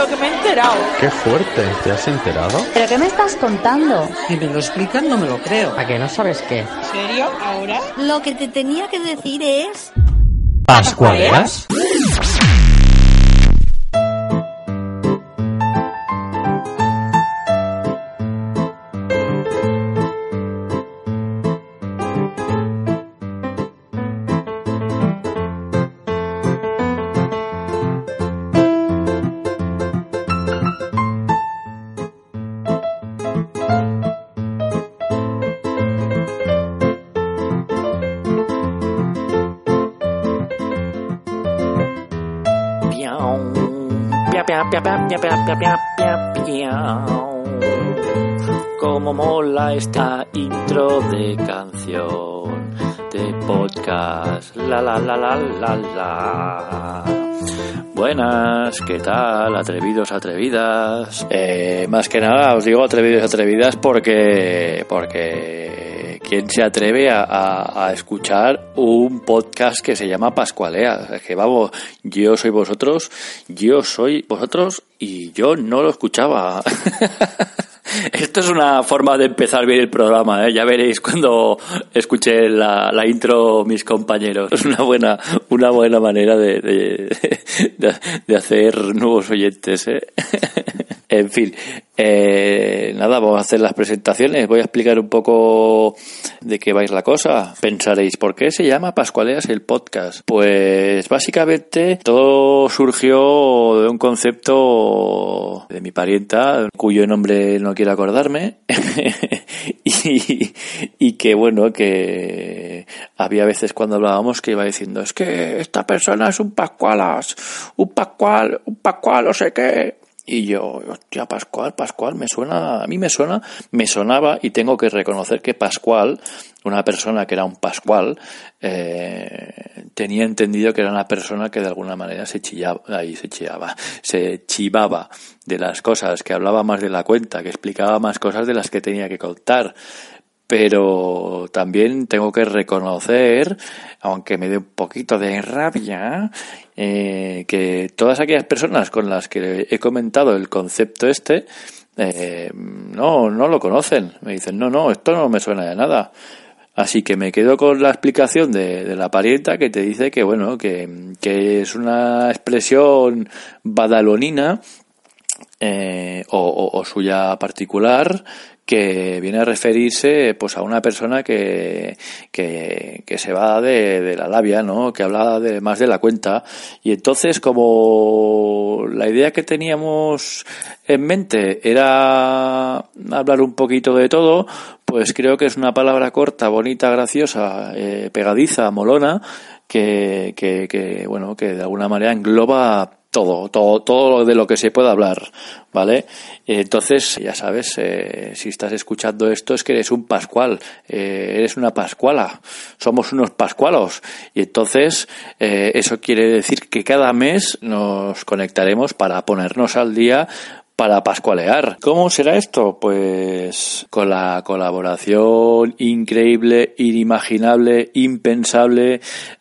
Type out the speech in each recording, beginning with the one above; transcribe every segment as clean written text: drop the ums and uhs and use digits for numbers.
lo que me he enterado. ¡Qué fuerte! ¿Te has enterado? ¿Pero qué me estás contando? Si me lo explican, no me lo creo. ¿A que no sabes qué? ¿En serio? ¿Ahora? Lo que te tenía que decir es... ¿Pascualeras? Cómo mola esta intro de canción de podcast. La la la la la la. Buenas, ¿qué tal? Atrevidos, atrevidas. Más que nada os digo atrevidos, atrevidas porque ¿quién se atreve a escuchar un podcast que se llama Pascualea? Es que vamos, yo soy vosotros y yo no lo escuchaba. Esto es una forma de empezar bien el programa, ¿eh? Ya veréis cuando escuche la intro mis compañeros. Es una buena manera de hacer nuevos oyentes, ¿eh? En fin, nada, vamos a hacer las presentaciones. Voy a explicar un poco de qué va a ir la cosa. Pensaréis, ¿por qué se llama Pascualeas el podcast? Pues básicamente todo surgió de un concepto de mi parienta, cuyo nombre no quiero acordarme, y que bueno, que había veces cuando hablábamos que iba diciendo, es que esta persona es un pascualas, un pascual, no sé qué. Y yo, hostia, Pascual, a mí me sonaba, y tengo que reconocer que Pascual, una persona que era un Pascual, tenía entendido que era una persona que de alguna manera se chivaba de las cosas, que hablaba más de la cuenta, que explicaba más cosas de las que tenía que contar. Pero también tengo que reconocer, aunque me dé un poquito de rabia, que todas aquellas personas con las que he comentado el concepto no lo conocen. Me dicen, no, esto no me suena de nada. Así que me quedo con la explicación de la parienta que te dice que bueno, que es una expresión badalonina, o suya particular, que viene a referirse pues a una persona que se va de la labia, ¿no? Que habla más de la cuenta. Y entonces, como la idea que teníamos en mente era hablar un poquito de todo, pues creo que es una palabra corta, bonita, graciosa, pegadiza, molona, que bueno, que de alguna manera engloba todo de lo que se pueda hablar, ¿vale? Entonces, ya sabes, si estás escuchando esto es que eres un pascual, eres una pascuala, somos unos pascualos, y entonces eso quiere decir que cada mes nos conectaremos para ponernos al día, para pascualear. ¿Cómo será esto? Pues con la colaboración increíble, inimaginable, impensable.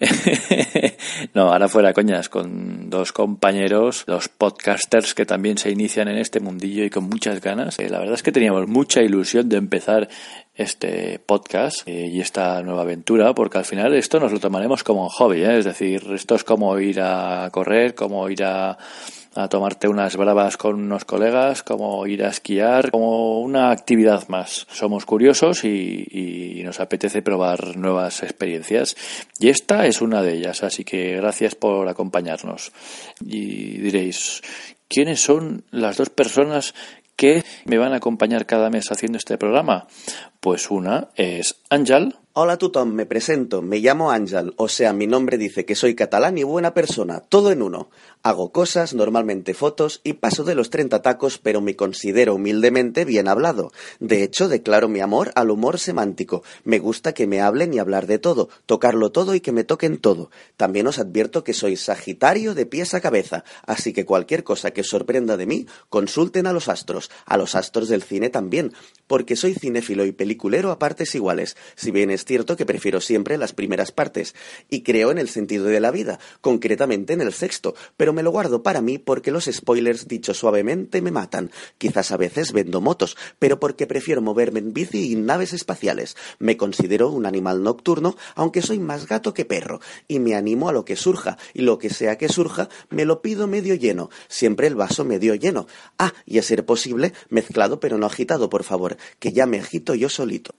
No, ahora fuera coñas, con dos compañeros, dos podcasters que también se inician en este mundillo y con muchas ganas. La verdad es que teníamos mucha ilusión de empezar este podcast y esta nueva aventura, porque al final esto nos lo tomaremos como un hobby, ¿eh? Es decir, esto es como ir a correr, como ir a tomarte unas bravas con unos colegas, como ir a esquiar, como una actividad más. Somos curiosos y nos apetece probar nuevas experiencias, y esta es una de ellas, así que gracias por acompañarnos. Y diréis, ¿quiénes son las dos personas que me van a acompañar cada mes haciendo este programa? Pues una es Àngel. Hola a tothom, me presento, me llamo Àngel, o sea, mi nombre dice que soy catalán y buena persona, todo en uno. Hago cosas, normalmente fotos, y paso de los 30 tacos, pero me considero humildemente bien hablado. De hecho, declaro mi amor al humor semántico. Me gusta que me hablen y hablar de todo, tocarlo todo y que me toquen todo. También os advierto que soy sagitario de pies a cabeza, así que cualquier cosa que os sorprenda de mí, consulten a los astros del cine también, porque soy cinéfilo y peliculero a partes iguales. Si vienes es cierto que prefiero siempre las primeras partes, y creo en el sentido de la vida, concretamente en el sexto, pero me lo guardo para mí porque los spoilers, dicho suavemente, me matan. Quizás a veces vendo motos, pero porque prefiero moverme en bici y naves espaciales. Me considero un animal nocturno, aunque soy más gato que perro, y me animo a lo que surja, y lo que sea que surja, me lo pido medio lleno, siempre el vaso medio lleno. Ah, y a ser posible, mezclado pero no agitado, por favor, que ya me agito yo solito.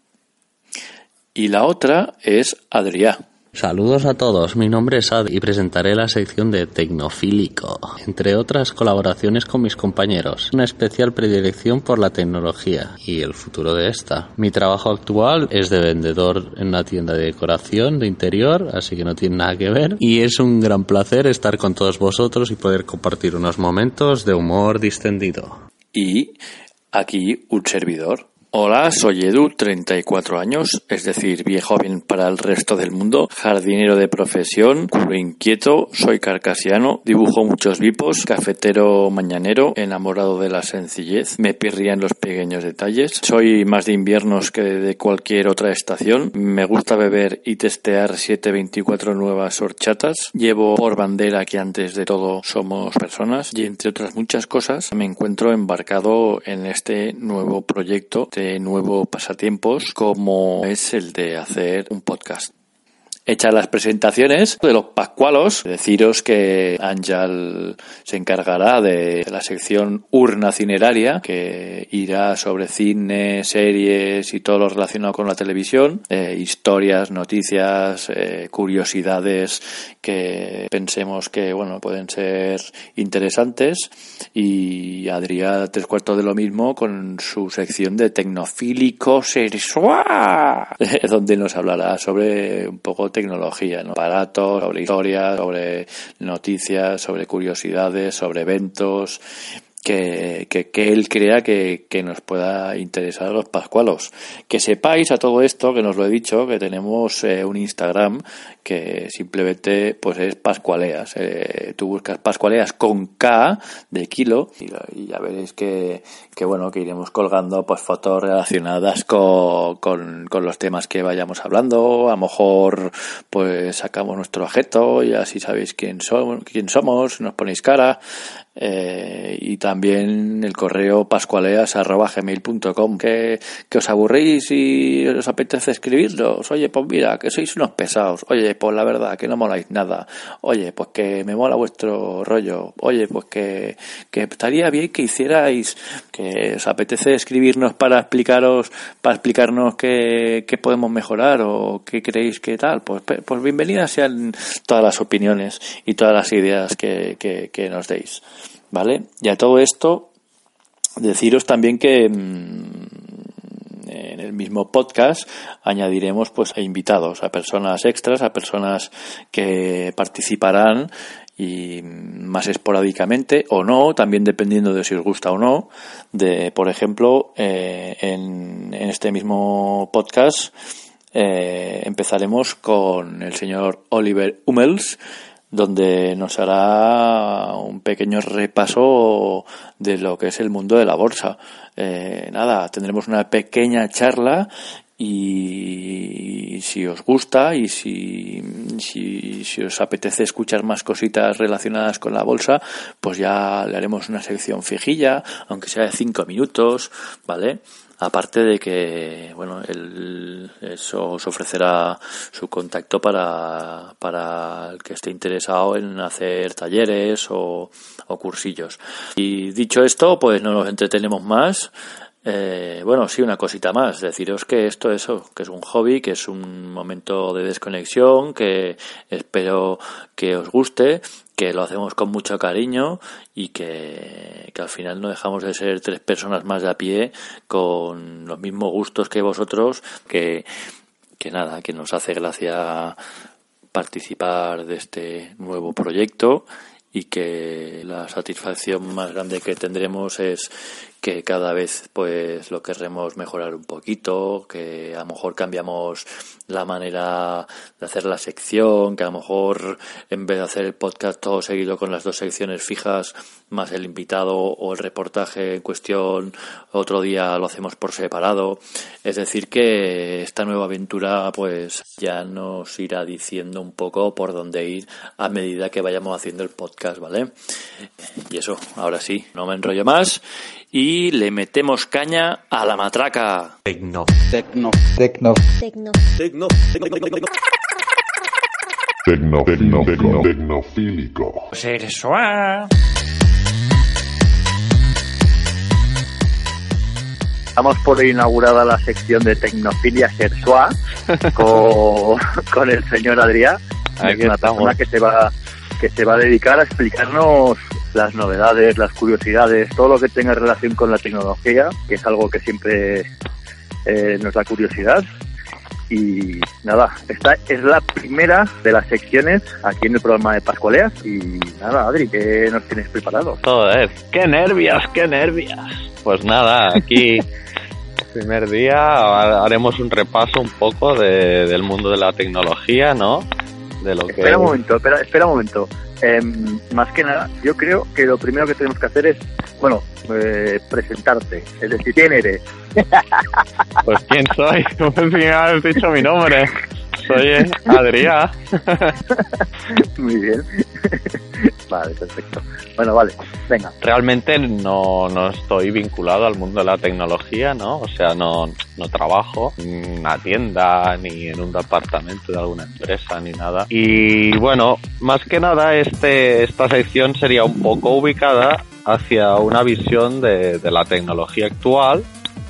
Y la otra es Adrià. Saludos a todos, mi nombre es Ad y presentaré la sección de Tecnofílico, entre otras colaboraciones con mis compañeros, una especial predilección por la tecnología y el futuro de esta. Mi trabajo actual es de vendedor en una tienda de decoración de interior, así que no tiene nada que ver, y es un gran placer estar con todos vosotros y poder compartir unos momentos de humor distendido. Y aquí un servidor. Hola, soy Edu, 34 años, es decir, viejo bien para el resto del mundo, jardinero de profesión, culo inquieto, soy carcasiano, dibujo muchos bipos, cafetero mañanero, enamorado de la sencillez, me pirrían los pequeños detalles, soy más de inviernos que de cualquier otra estación, me gusta beber y testear 724 nuevas horchatas, llevo por bandera que antes de todo somos personas y entre otras muchas cosas me encuentro embarcado en este nuevo proyecto de nuevo pasatiempos como es el de hacer un podcast. Hechas las presentaciones de los pascualos, deciros que Ángel se encargará de la sección urna cineraria, que irá sobre cine, series y todo lo relacionado con la televisión, historias, noticias, curiosidades que pensemos que pueden ser interesantes, y Adrià 3/4 de lo mismo con su sección de Tecnofílico Sexual, donde nos hablará sobre un poco tecnología, ¿no? Aparatos, sobre historias, sobre noticias, sobre curiosidades, sobre eventos que él crea que nos pueda interesar a los pascualos. Que sepáis a todo esto, que nos lo he dicho, que tenemos un Instagram que simplemente pues es Pascualeas. Tú buscas Pascualeas con K de kilo y ya veréis que iremos colgando pues fotos relacionadas con los temas que vayamos hablando. A lo mejor pues sacamos nuestro objeto y así sabéis quién somos, nos ponéis cara. Y también el correo pascualeas@gmail.com. Que os aburrís y os apetece escribirlos. Oye, pues mira, que sois unos pesados. Oye, pues la verdad, que no moláis nada. Oye, pues que me mola vuestro rollo. Oye, pues que estaría bien que hicierais, que os apetece escribirnos para explicarnos qué podemos mejorar o qué creéis que tal. Pues bienvenidas sean todas las opiniones y todas las ideas que nos deis. ¿Vale? Y a todo esto, deciros también que en el mismo podcast añadiremos pues a invitados, a personas extras, a personas que participarán y más esporádicamente o no, también dependiendo de si os gusta o no. Por ejemplo, en este mismo podcast empezaremos con el señor Oliver Hummels, donde nos hará un pequeño repaso de lo que es el mundo de la bolsa. Tendremos una pequeña charla y si os gusta y si os apetece escuchar más cositas relacionadas con la bolsa, pues ya le haremos una sección fijilla, aunque sea de 5 minutos, ¿vale? Aparte de que, él os ofrecerá su contacto para el que esté interesado en hacer talleres o cursillos. Y dicho esto, pues no nos entretenemos más. Sí, una cosita más, deciros que que es un hobby, que es un momento de desconexión, que espero que os guste, que lo hacemos con mucho cariño y que al final no dejamos de ser 3 personas más de a pie con los mismos gustos que vosotros, que nos hace gracia participar de este nuevo proyecto y que la satisfacción más grande que tendremos es que cada vez pues lo querremos mejorar un poquito, que a lo mejor cambiamos la manera de hacer la sección, que a lo mejor en vez de hacer el podcast todo seguido con las 2 secciones fijas más el invitado o el reportaje en cuestión, otro día lo hacemos por separado. Es decir, que esta nueva aventura pues ya nos irá diciendo un poco por dónde ir a medida que vayamos haciendo el podcast, ¿vale? Y eso, ahora sí, no me enrollo más y le metemos caña a la matraca. Tecnofílico. Estamos por inaugurada la sección de Tecnofilia Sexual con el señor Adrià. Es una persona que se va a dedicar a explicarnos las novedades, las curiosidades, todo lo que tenga relación con la tecnología, que es algo que siempre nos da curiosidad. Y nada, esta es la primera de las secciones aquí en el programa de Pascualeas. Y nada, Adri, ¿qué nos tienes preparado? Joder, qué nervios. Pues nada, aquí primer día haremos un repaso un poco del mundo de la tecnología, ¿no? De lo espera un momento. Más que nada, yo creo que lo primero que tenemos que hacer es, presentarte. Es decir, ¿quién eres? Pues ¿quién soy? Pues si has dicho mi nombre. Soy Adrià. Muy bien. Vale, perfecto. Bueno, vale, venga. Realmente no estoy vinculado al mundo de la tecnología, ¿no? O sea, no trabajo en una tienda ni en un departamento de alguna empresa ni nada. Y bueno, más que nada esta sección sería un poco ubicada hacia una visión de la tecnología actual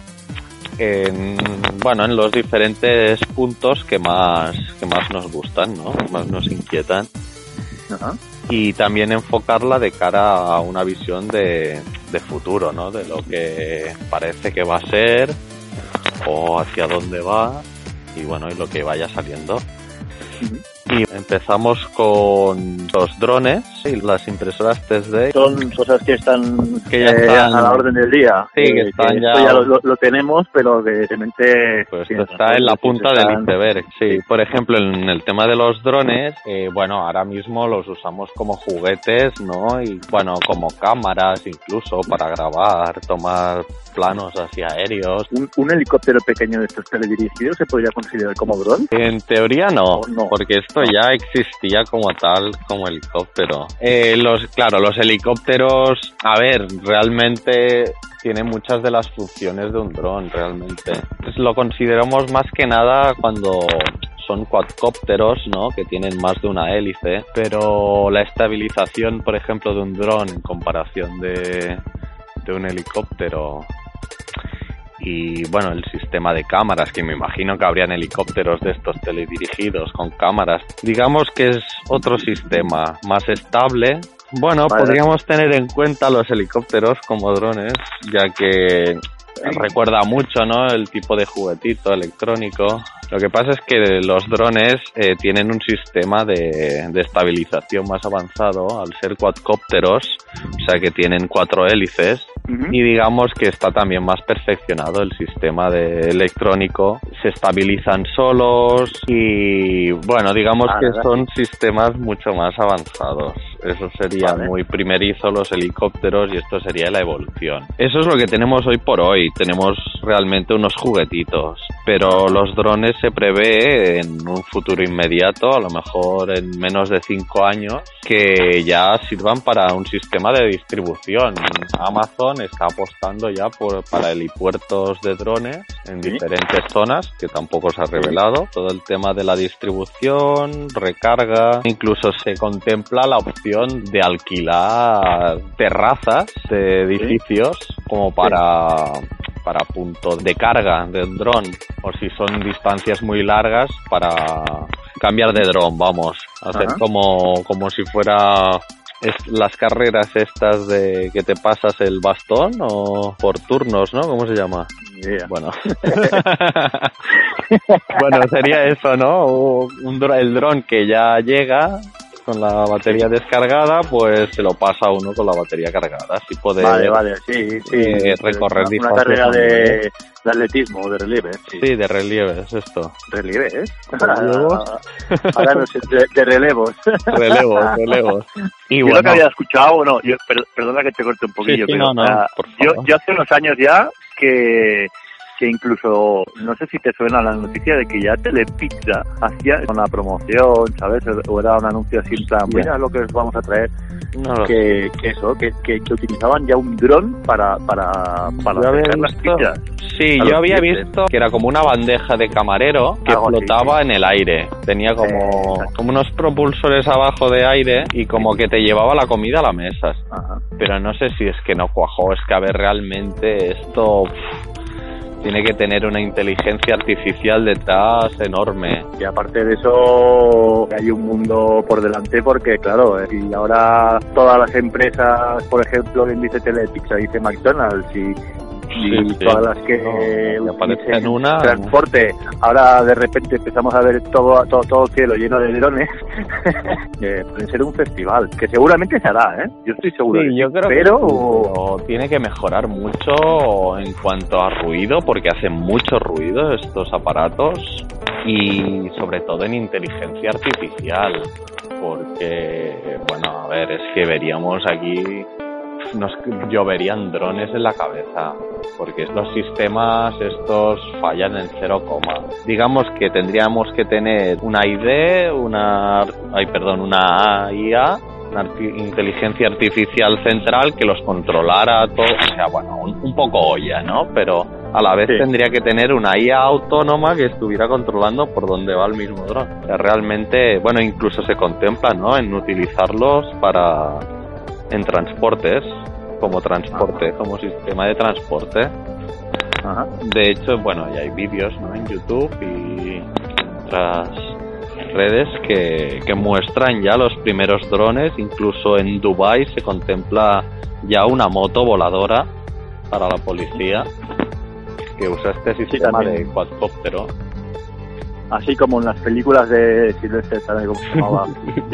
en los diferentes puntos que más nos gustan, ¿no? Que más nos inquietan. Ajá. Y también enfocarla de cara a una visión de futuro, ¿no? De lo que parece que va a ser o hacia dónde va y lo que vaya saliendo. Uh-huh. Y empezamos con los drones y las impresoras 3D. Son cosas que ya están a la orden del día. Sí, que están que ya lo tenemos, pero que realmente... Pues está en la punta del iceberg, sí. Por ejemplo, en el tema de los drones, ahora mismo los usamos como juguetes, ¿no? Y como cámaras incluso para grabar, tomar planos así aéreos. ¿Un helicóptero pequeño de estos teledirigidos se podría considerar como dron? En teoría no, porque esto ya existía como tal, como helicóptero. Los helicópteros, realmente tienen muchas de las funciones de un dron, realmente. Lo consideramos más que nada cuando son cuadcópteros, ¿no? Que tienen más de una hélice, pero la estabilización, por ejemplo, de un dron en comparación de un helicóptero y el sistema de cámaras, que me imagino que habrían helicópteros de estos teledirigidos con cámaras, digamos que es otro sistema más estable. Podríamos tener en cuenta los helicópteros como drones, ya que recuerda mucho, ¿no? El tipo de juguetito electrónico. Lo que pasa es que los drones tienen un sistema de estabilización más avanzado al ser cuadcópteros, o sea que tienen 4 hélices. Uh-huh. Y digamos que está también más perfeccionado el sistema electrónico, se estabilizan solos y digamos que son sistemas mucho más avanzados. Eso sería muy primerizo los helicópteros y esto sería la evolución. Eso es lo que tenemos hoy por hoy, tenemos realmente unos juguetitos, pero los drones se prevé en un futuro inmediato, a lo mejor en menos de 5 años, que ya sirvan para un sistema de distribución. Amazon está apostando ya para helipuertos de drones en diferentes zonas, que tampoco se ha revelado. Todo el tema de la distribución, recarga, incluso se contempla la opción de alquilar terrazas de edificios como para punto de carga del dron, o si son distancias muy largas para cambiar de dron, hacer como si fuera las carreras estas de que te pasas el bastón o por turnos, ¿no? ¿Cómo se llama? Yeah. Sería eso, ¿no? El dron que ya llega con la batería descargada, pues se lo pasa a uno con la batería cargada, así poder vale, sí, recorrer una carrera de atletismo, de relieves. Sí, de relieves, esto. ¿Relieves? Ahora no sé, de relevos. Relevos. Y yo bueno, lo que había escuchado, perdona que te corte un poquillo, sí, pero por favor. yo hace unos años ya que incluso, no sé si te suena la noticia de que ya Telepizza hacía una promoción, ¿sabes? O era un anuncio así en plan, mira lo que os vamos a traer. Que utilizaban ya un dron para hacer las pizzas. Sí, yo había visto que era como una bandeja de camarero que flotaba en el aire. Tenía como unos propulsores abajo de aire y como que te llevaba la comida a la mesa. Ajá. Pero no sé si es que no cuajó, es que a ver, realmente esto tiene que tener una inteligencia artificial detrás enorme. Y aparte de eso, hay un mundo por delante porque, claro, y ahora todas las empresas, por ejemplo, quien dice Telepizza, dice McDonald's y todas las que aparecen una transporte, ahora de repente empezamos a ver todo el cielo lleno de drones. Puede ser un festival que seguramente se hará, yo estoy seguro. Sí, yo creo pero tiene que mejorar mucho en cuanto a ruido, porque hacen mucho ruido estos aparatos, y sobre todo en inteligencia artificial, porque bueno, a ver, es que veríamos aquí, nos lloverían drones en la cabeza, porque los sistemas estos fallan en 0, digamos que tendríamos que tener una IA, una IA, una inteligencia artificial central que los controlara todo, o sea, bueno, un poco olla, ¿no? Pero a la vez tendría que tener una IA autónoma que estuviera controlando por dónde va el mismo dron. O sea, realmente, bueno, incluso se contempla, ¿no?, en utilizarlos en transportes, como sistema de transporte. Ajá. De hecho, bueno, ya hay vídeos, ¿no?, en YouTube y en otras redes que muestran ya los primeros drones. Incluso en Dubái se contempla ya una moto voladora para la policía que usa este sistema de cuadcóptero. Así como en las películas de Sylvester Stallone, ¿cómo se llamaba?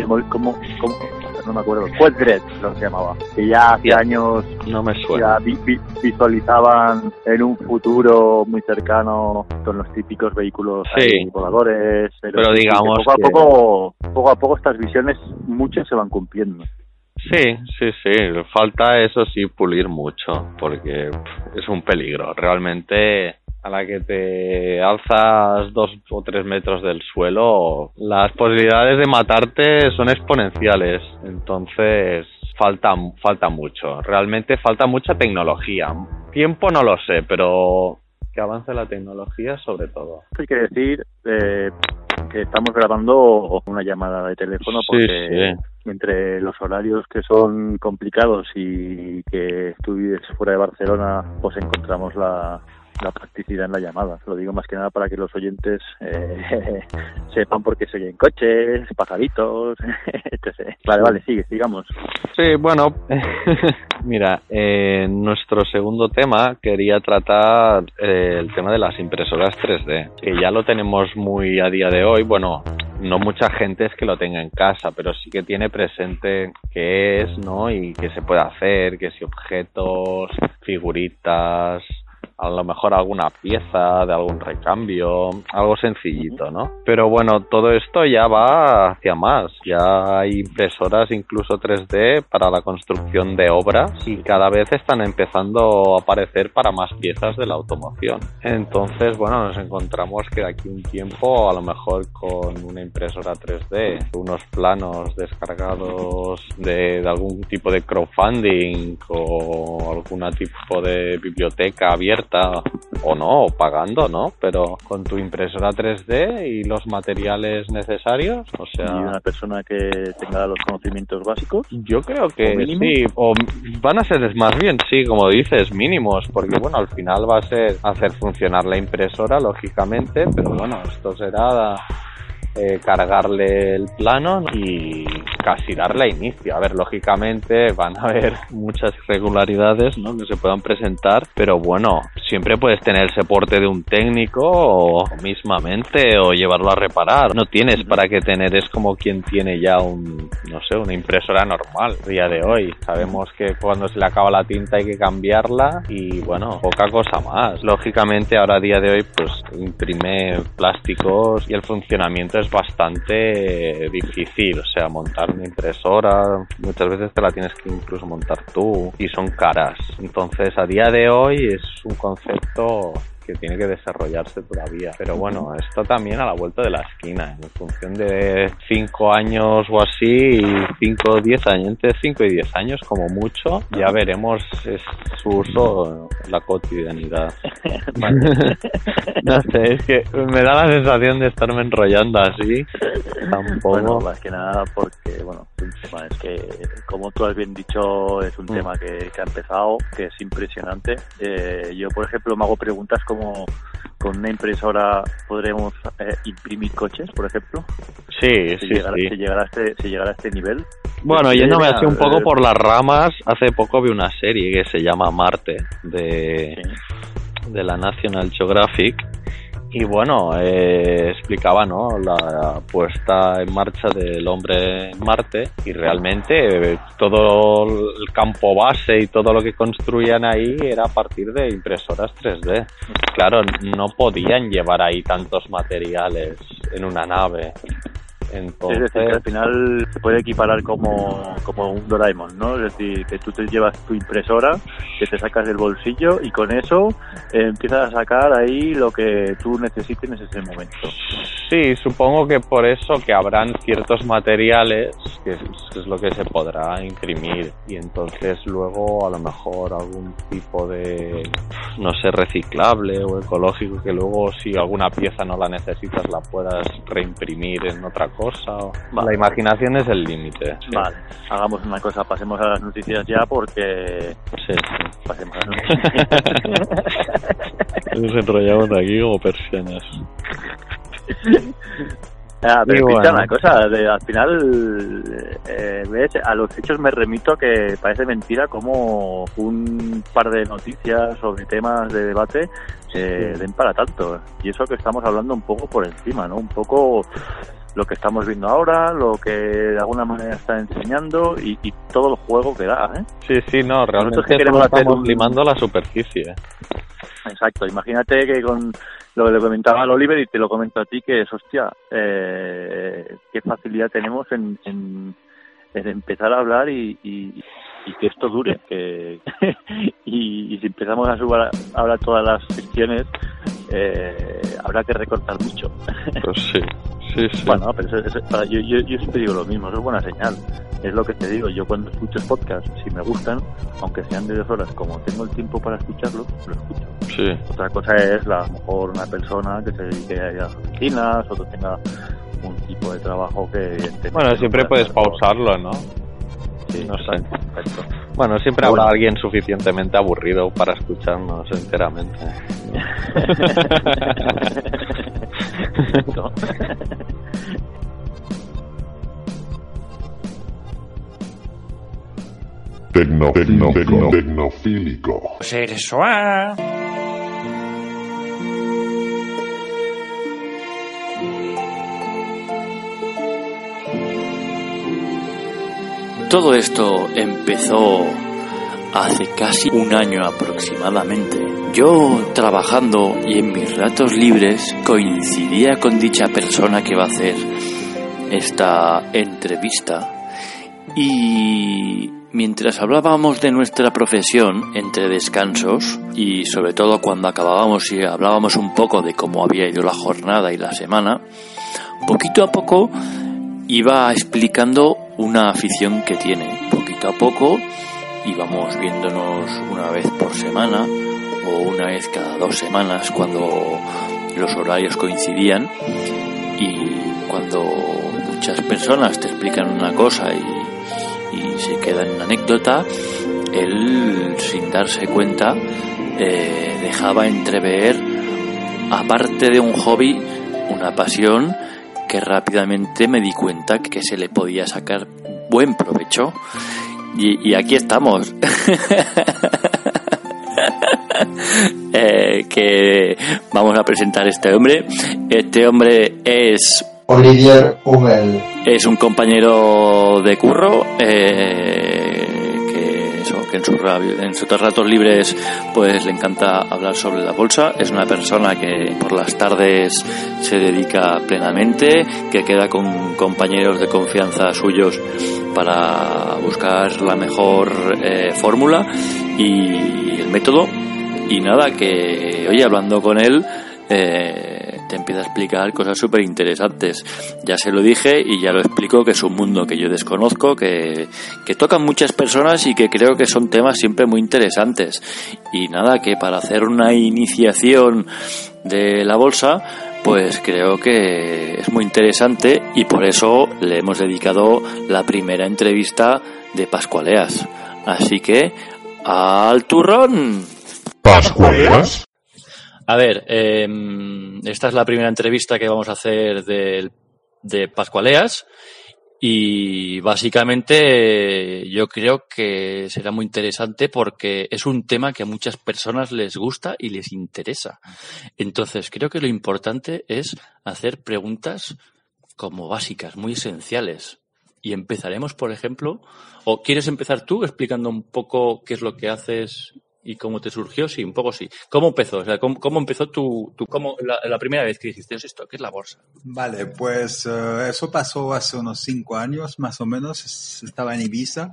No me acuerdo. Quadred, lo que se llamaba. Que ya hace años no me suena. Ya visualizaban en un futuro muy cercano con los típicos vehículos voladores. Pero digamos que poco a poco estas visiones muchas se van cumpliendo. Sí. Falta, eso sí, pulir mucho, porque es un peligro. Realmente, a la que te alzas 2 o 3 metros del suelo, las posibilidades de matarte son exponenciales. Entonces, falta mucho. Realmente falta mucha tecnología. Tiempo no lo sé, pero que avance la tecnología sobre todo. Hay que decir que estamos grabando una llamada de teléfono porque entre los horarios que son complicados y que tú vives fuera de Barcelona, pues encontramos la practicidad en la llamada. Lo digo más que nada para que los oyentes sepan por qué se oyen coches, pajaritos, etc. Vale, sigamos. Sí, bueno, mira, en nuestro segundo tema quería tratar el tema de las impresoras 3D, que ya lo tenemos muy a día de hoy. Bueno, no mucha gente es que lo tenga en casa, pero sí que tiene presente qué es, ¿no?, y qué se puede hacer, que si objetos, figuritas, a lo mejor alguna pieza de algún recambio, algo sencillito, ¿no? Pero bueno, todo esto ya va hacia más. Ya hay impresoras incluso 3D para la construcción de obras y cada vez están empezando a aparecer para más piezas de la automoción. Entonces, bueno, nos encontramos que de aquí un tiempo, a lo mejor con una impresora 3D, unos planos descargados de algún tipo de crowdfunding o algún tipo de biblioteca abierta, o no, o pagando, ¿no? Pero con tu impresora 3D y los materiales necesarios, o sea... ¿Y una persona que tenga los conocimientos básicos? Yo creo que sí, o van a ser más bien, sí, como dices, mínimos, porque bueno, al final va a ser hacer funcionar la impresora, lógicamente, pero bueno, esto será cargarle el plano y casi darle a inicio. A ver, lógicamente van a haber muchas irregularidades, ¿no?, que se puedan presentar, pero bueno, siempre puedes tener el soporte de un técnico o mismamente o llevarlo a reparar. No tienes para qué tener, es como quien tiene ya una impresora normal a día de hoy. Sabemos que cuando se le acaba la tinta hay que cambiarla y bueno, poca cosa más. Lógicamente ahora a día de hoy pues imprime plásticos y el funcionamiento es bastante difícil, o sea, montar una impresora muchas veces te la tienes que incluso montar tú y son caras. Entonces a día de hoy es un concepto que tiene que desarrollarse todavía, pero bueno, esto también a la vuelta de la esquina, en función de 5 años o así, 5 o 10 años, entre 5 y 10 años como mucho, ya veremos su uso en la cotidianidad. No sé, es que me da la sensación de estarme enrollando así, tampoco. Bueno, más que nada porque, bueno, un tema es que, como tú has bien dicho, es un tema que ha empezado, que es impresionante. Yo, por ejemplo, me hago preguntas como con una impresora podremos imprimir coches, por ejemplo. Sí. Si llegara a este nivel. Bueno, yéndome así un poco por las ramas, hace poco vi una serie que se llama Marte de la National Geographic. Y bueno, explicaba, ¿no?, la puesta en marcha del hombre en Marte, y realmente todo el campo base y todo lo que construían ahí era a partir de impresoras 3D. Claro, no podían llevar ahí tantos materiales en una nave. Entonces, es decir, que al final se puede equiparar como un Doraemon, ¿no? Es decir, que tú te llevas tu impresora, que te sacas del bolsillo y con eso empiezas a sacar ahí lo que tú necesites en ese momento. Sí, supongo que por eso que habrán ciertos materiales que es lo que se podrá imprimir, y entonces luego a lo mejor algún tipo de, no sé, reciclable o ecológico, que luego si alguna pieza no la necesitas la puedas reimprimir en otra cosa. Vale. La imaginación es el límite. Sí. Vale, hagamos una cosa, pasemos a las noticias ya porque... Sí. Pasemos a las noticias. Nos enrollamos aquí como persianas. Pero bueno, una cosa, al final, ves, a los hechos me remito, que parece mentira como un par de noticias sobre temas de debate den para tanto. Y eso que estamos hablando un poco por encima, ¿no? Un poco lo que estamos viendo ahora, lo que de alguna manera está enseñando y todo el juego que da, ¿eh? Sí, no, realmente que queremos estamos limando la superficie. Exacto, imagínate que con lo que le comentaba al Oliver, y te lo comento a ti, que es, hostia, qué facilidad tenemos en empezar a hablar y que esto dure, y si empezamos a subir ahora todas las secciones, habrá que recortar mucho. Pues sí. Bueno, pero yo siempre digo lo mismo, eso es buena señal. Es lo que te digo, yo cuando escucho podcasts, si me gustan, aunque sean de 2 horas, como tengo el tiempo para escucharlo, lo escucho. Sí. Otra cosa es, a lo mejor, una persona que se dedique a las oficinas, o que tenga un tipo de trabajo que... Bueno, siempre puedes pausarlo, ¿no? Sí, no sé. Perfecto. Bueno, siempre habrá alguien suficientemente aburrido para escucharnos enteramente. No. Tecnofílico. Sexual. Todo esto empezó hace casi un año aproximadamente. Yo, trabajando y en mis ratos libres, coincidía con dicha persona que va a hacer esta entrevista, y mientras hablábamos de nuestra profesión entre descansos, y sobre todo cuando acabábamos y hablábamos un poco de cómo había ido la jornada y la semana, poquito a poco iba explicando una afición que tiene. Poquito a poco íbamos viéndonos una vez por semana o una vez cada 2 semanas cuando los horarios coincidían, y cuando muchas personas te explican una cosa y se queda en una anécdota, él, sin darse cuenta, dejaba entrever, aparte de un hobby, una pasión que rápidamente me di cuenta que se le podía sacar buen provecho. Y aquí estamos. Que vamos a presentar a este hombre. Este hombre es Olivier Hummel. Es un compañero de curro que en sus ratos libres pues le encanta hablar sobre la bolsa. Es una persona que por las tardes se dedica plenamente, que queda con compañeros de confianza suyos para buscar la mejor fórmula y el método. Y nada, que oye, hablando con él te empieza a explicar cosas súper interesantes. Ya se lo dije y ya lo explico, que es un mundo que yo desconozco, que tocan muchas personas y que creo que son temas siempre muy interesantes. Y nada, que para hacer una iniciación de la bolsa, pues creo que es muy interesante y por eso le hemos dedicado la primera entrevista de Pascualeas. Así que, ¡al turrón! ¿Pascualeas? A ver, esta es la primera entrevista que vamos a hacer de Pascualeas y básicamente yo creo que será muy interesante porque es un tema que a muchas personas les gusta y les interesa. Entonces creo que lo importante es hacer preguntas como básicas, muy esenciales. Y empezaremos, por ejemplo, ¿o quieres empezar tú explicando un poco qué es lo que haces y cómo te surgió? Sí, un poco sí. ¿Cómo empezó? O sea, ¿cómo empezó la primera vez que dijiste esto? ¿Qué es la bolsa? Vale, pues eso pasó hace unos 5 años, más o menos. Estaba en Ibiza.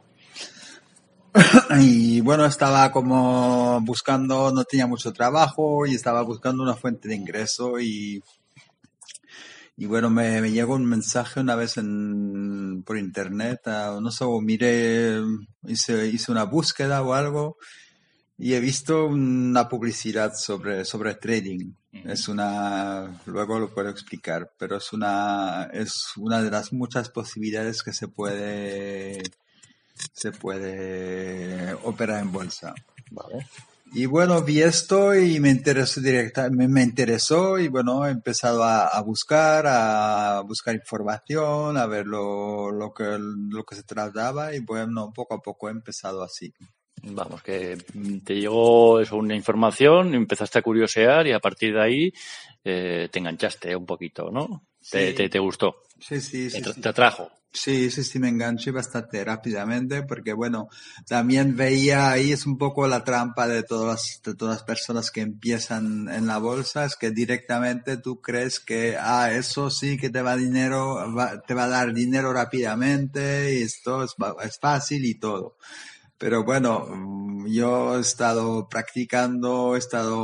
Y bueno, estaba como buscando, no tenía mucho trabajo y estaba buscando una fuente de ingreso y bueno, me llegó un mensaje una vez por internet, no sé, hice una búsqueda o algo. Y he visto una publicidad sobre trading. Uh-huh. Luego lo puedo explicar, pero es una de las muchas posibilidades que se puede operar en bolsa. Vale. Y bueno, vi esto y me interesó y bueno, he empezado a buscar información, a ver lo que se trataba y bueno, poco a poco he empezado así. Vamos, que te llegó una información, empezaste a curiosear y a partir de ahí te enganchaste un poquito, ¿no? Sí. ¿Te gustó? Sí. ¿Te atrajo? Sí, me enganché bastante rápidamente porque, bueno, también veía ahí, es un poco la trampa de todas las personas que empiezan en la bolsa, es que directamente tú crees que, eso sí que te va a dar dinero rápidamente y esto es fácil y todo. Pero bueno, yo he estado practicando, he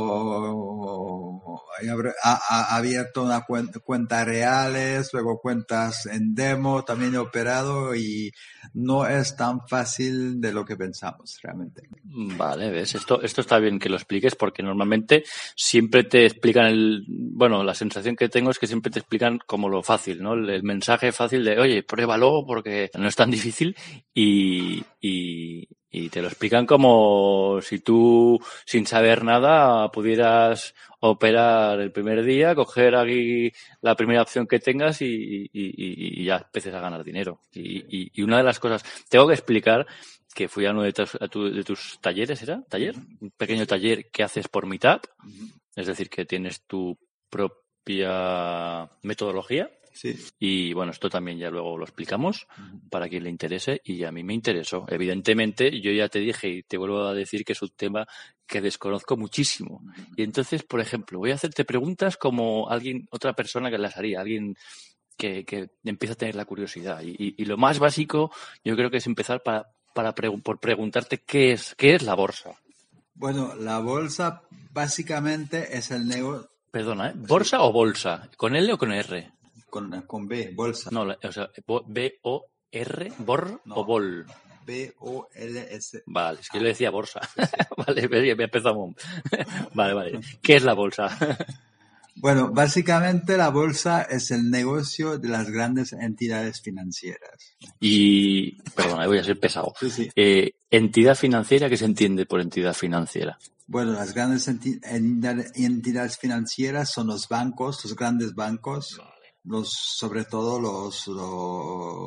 abierto una cuenta reales, luego cuentas en demo, también he operado y no es tan fácil de lo que pensamos realmente. Vale, ves, esto está bien que lo expliques porque normalmente siempre te explican la sensación que tengo es que siempre te explican como lo fácil, ¿no? El mensaje fácil de, oye, pruébalo porque no es tan difícil y te lo explican como si tú, sin saber nada, pudieras operar el primer día, coger aquí la primera opción que tengas y ya empieces a ganar dinero. Y una de las cosas, tengo que explicar que fui a uno de tus talleres, ¿era? ¿Taller? Un pequeño taller que haces por Meetup, es decir, que tienes tu propia metodología. Sí. Y bueno, esto también ya luego lo explicamos para quien le interese y a mí me interesó. Evidentemente, yo ya te dije y te vuelvo a decir que es un tema que desconozco muchísimo. Y entonces, por ejemplo, voy a hacerte preguntas como otra persona que las haría, alguien que empieza a tener la curiosidad. Y lo más básico yo creo que es empezar por preguntarte qué es la bolsa. Bueno, la bolsa básicamente es el negocio. Perdona, ¿bolsa o bolsa? ¿Con L o con R? Con B, bolsa. No, o sea, B-O-R, ¿bor no, o bol? B-O-L-S. Vale, es que yo le decía bolsa. Sí. Vale, me empezamos. Vale. ¿Qué es la bolsa? Bueno, básicamente la bolsa es el negocio de las grandes entidades financieras. Perdona, voy a ser pesado. Sí. ¿Entidad financiera? ¿Qué se entiende por entidad financiera? Bueno, las grandes entidades financieras son los bancos, los grandes bancos. Vale. Sobre todo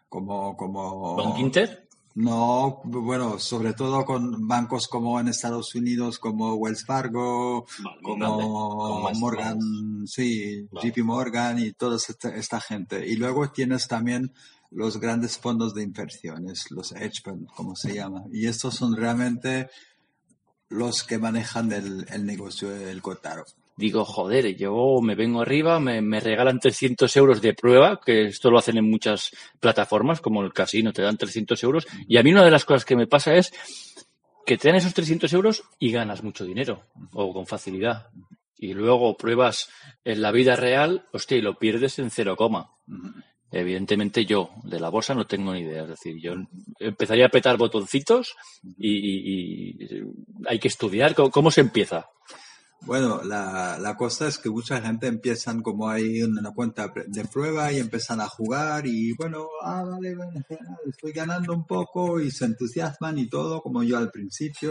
¿Bank Inter? No, bueno, sobre todo con bancos como en Estados Unidos, como Wells Fargo, como Morgan, sí, Vale. JP Morgan y toda esta gente. Y luego tienes también los grandes fondos de inversiones, los hedge fund, como se llama. Y estos son realmente los que manejan el negocio del Kotaro. Digo, joder, yo me vengo arriba, me regalan 300 euros de prueba, que esto lo hacen en muchas plataformas, como el casino, te dan 300 euros. Y a mí una de las cosas que me pasa es que te dan esos 300 euros y ganas mucho dinero, o con facilidad. Y luego pruebas en la vida real, hostia, y lo pierdes en 0, Evidentemente yo de la bolsa no tengo ni idea. Es decir, yo empezaría a apretar botoncitos y hay que estudiar. ¿Cómo se empieza? Bueno, la cosa es que mucha gente empiezan como hay una cuenta de prueba y empiezan a jugar y bueno, vale, estoy ganando un poco y se entusiasman y todo, como yo al principio.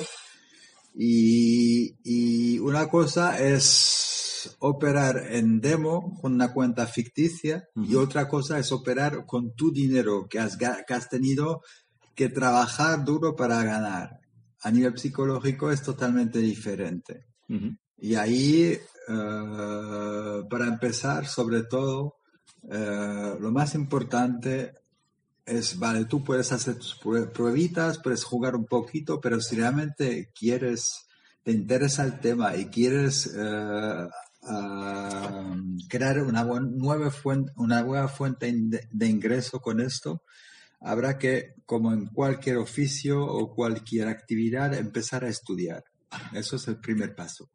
Y una cosa es operar en demo con una cuenta ficticia y otra cosa es operar con tu dinero que has tenido que trabajar duro para ganar. A nivel psicológico es totalmente diferente. Y ahí, para empezar, sobre todo, lo más importante es, vale, tú puedes hacer tus pruebitas, puedes jugar un poquito, pero si realmente te interesa el tema y quieres crear una nueva fuente de ingreso con esto, habrá que, como en cualquier oficio o cualquier actividad, empezar a estudiar. Eso es el primer paso.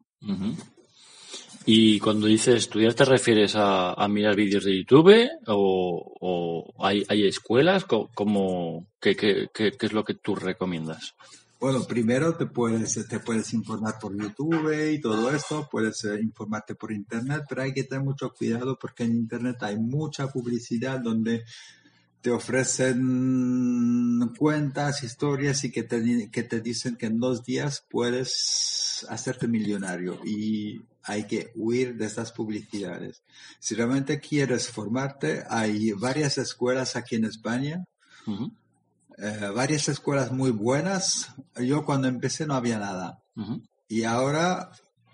Y cuando dices estudiar, ¿te refieres a mirar vídeos de YouTube o hay escuelas? ¿Qué es lo que tú recomiendas? Bueno, primero te puedes informar por YouTube y todo esto, puedes informarte por Internet, pero hay que tener mucho cuidado porque en Internet hay mucha publicidad donde te ofrecen cuentas, historias y que te dicen que en 2 días puedes hacerte millonario y hay que huir de estas publicidades. Si realmente quieres formarte, hay varias escuelas aquí en España, varias escuelas muy buenas. Yo cuando empecé no había nada. Y ahora,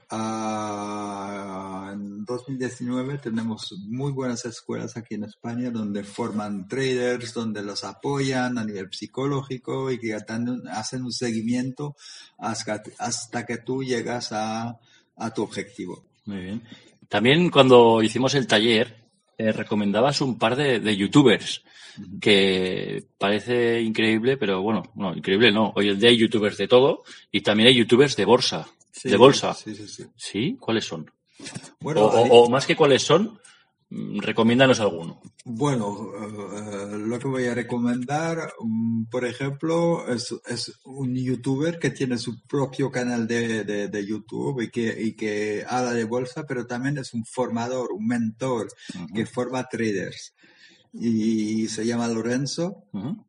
en 2019 tenemos muy buenas escuelas aquí en España donde forman traders, donde los apoyan a nivel psicológico y que hacen un seguimiento hasta que tú llegas a tu objetivo. Muy bien. También cuando hicimos el taller recomendabas un par de youtubers que parece increíble, pero bueno, no, increíble no. Hoy en día hay youtubers de todo y también hay youtubers de bolsa. Sí, de bolsa. Sí. ¿Sí? ¿Cuáles son? Bueno, o más que cuáles son, recomiéndanos alguno. Bueno, lo que voy a recomendar, por ejemplo, es un youtuber que tiene su propio canal de YouTube y que habla de bolsa, pero también es un formador, un mentor que forma traders. Y se llama Lorenzo.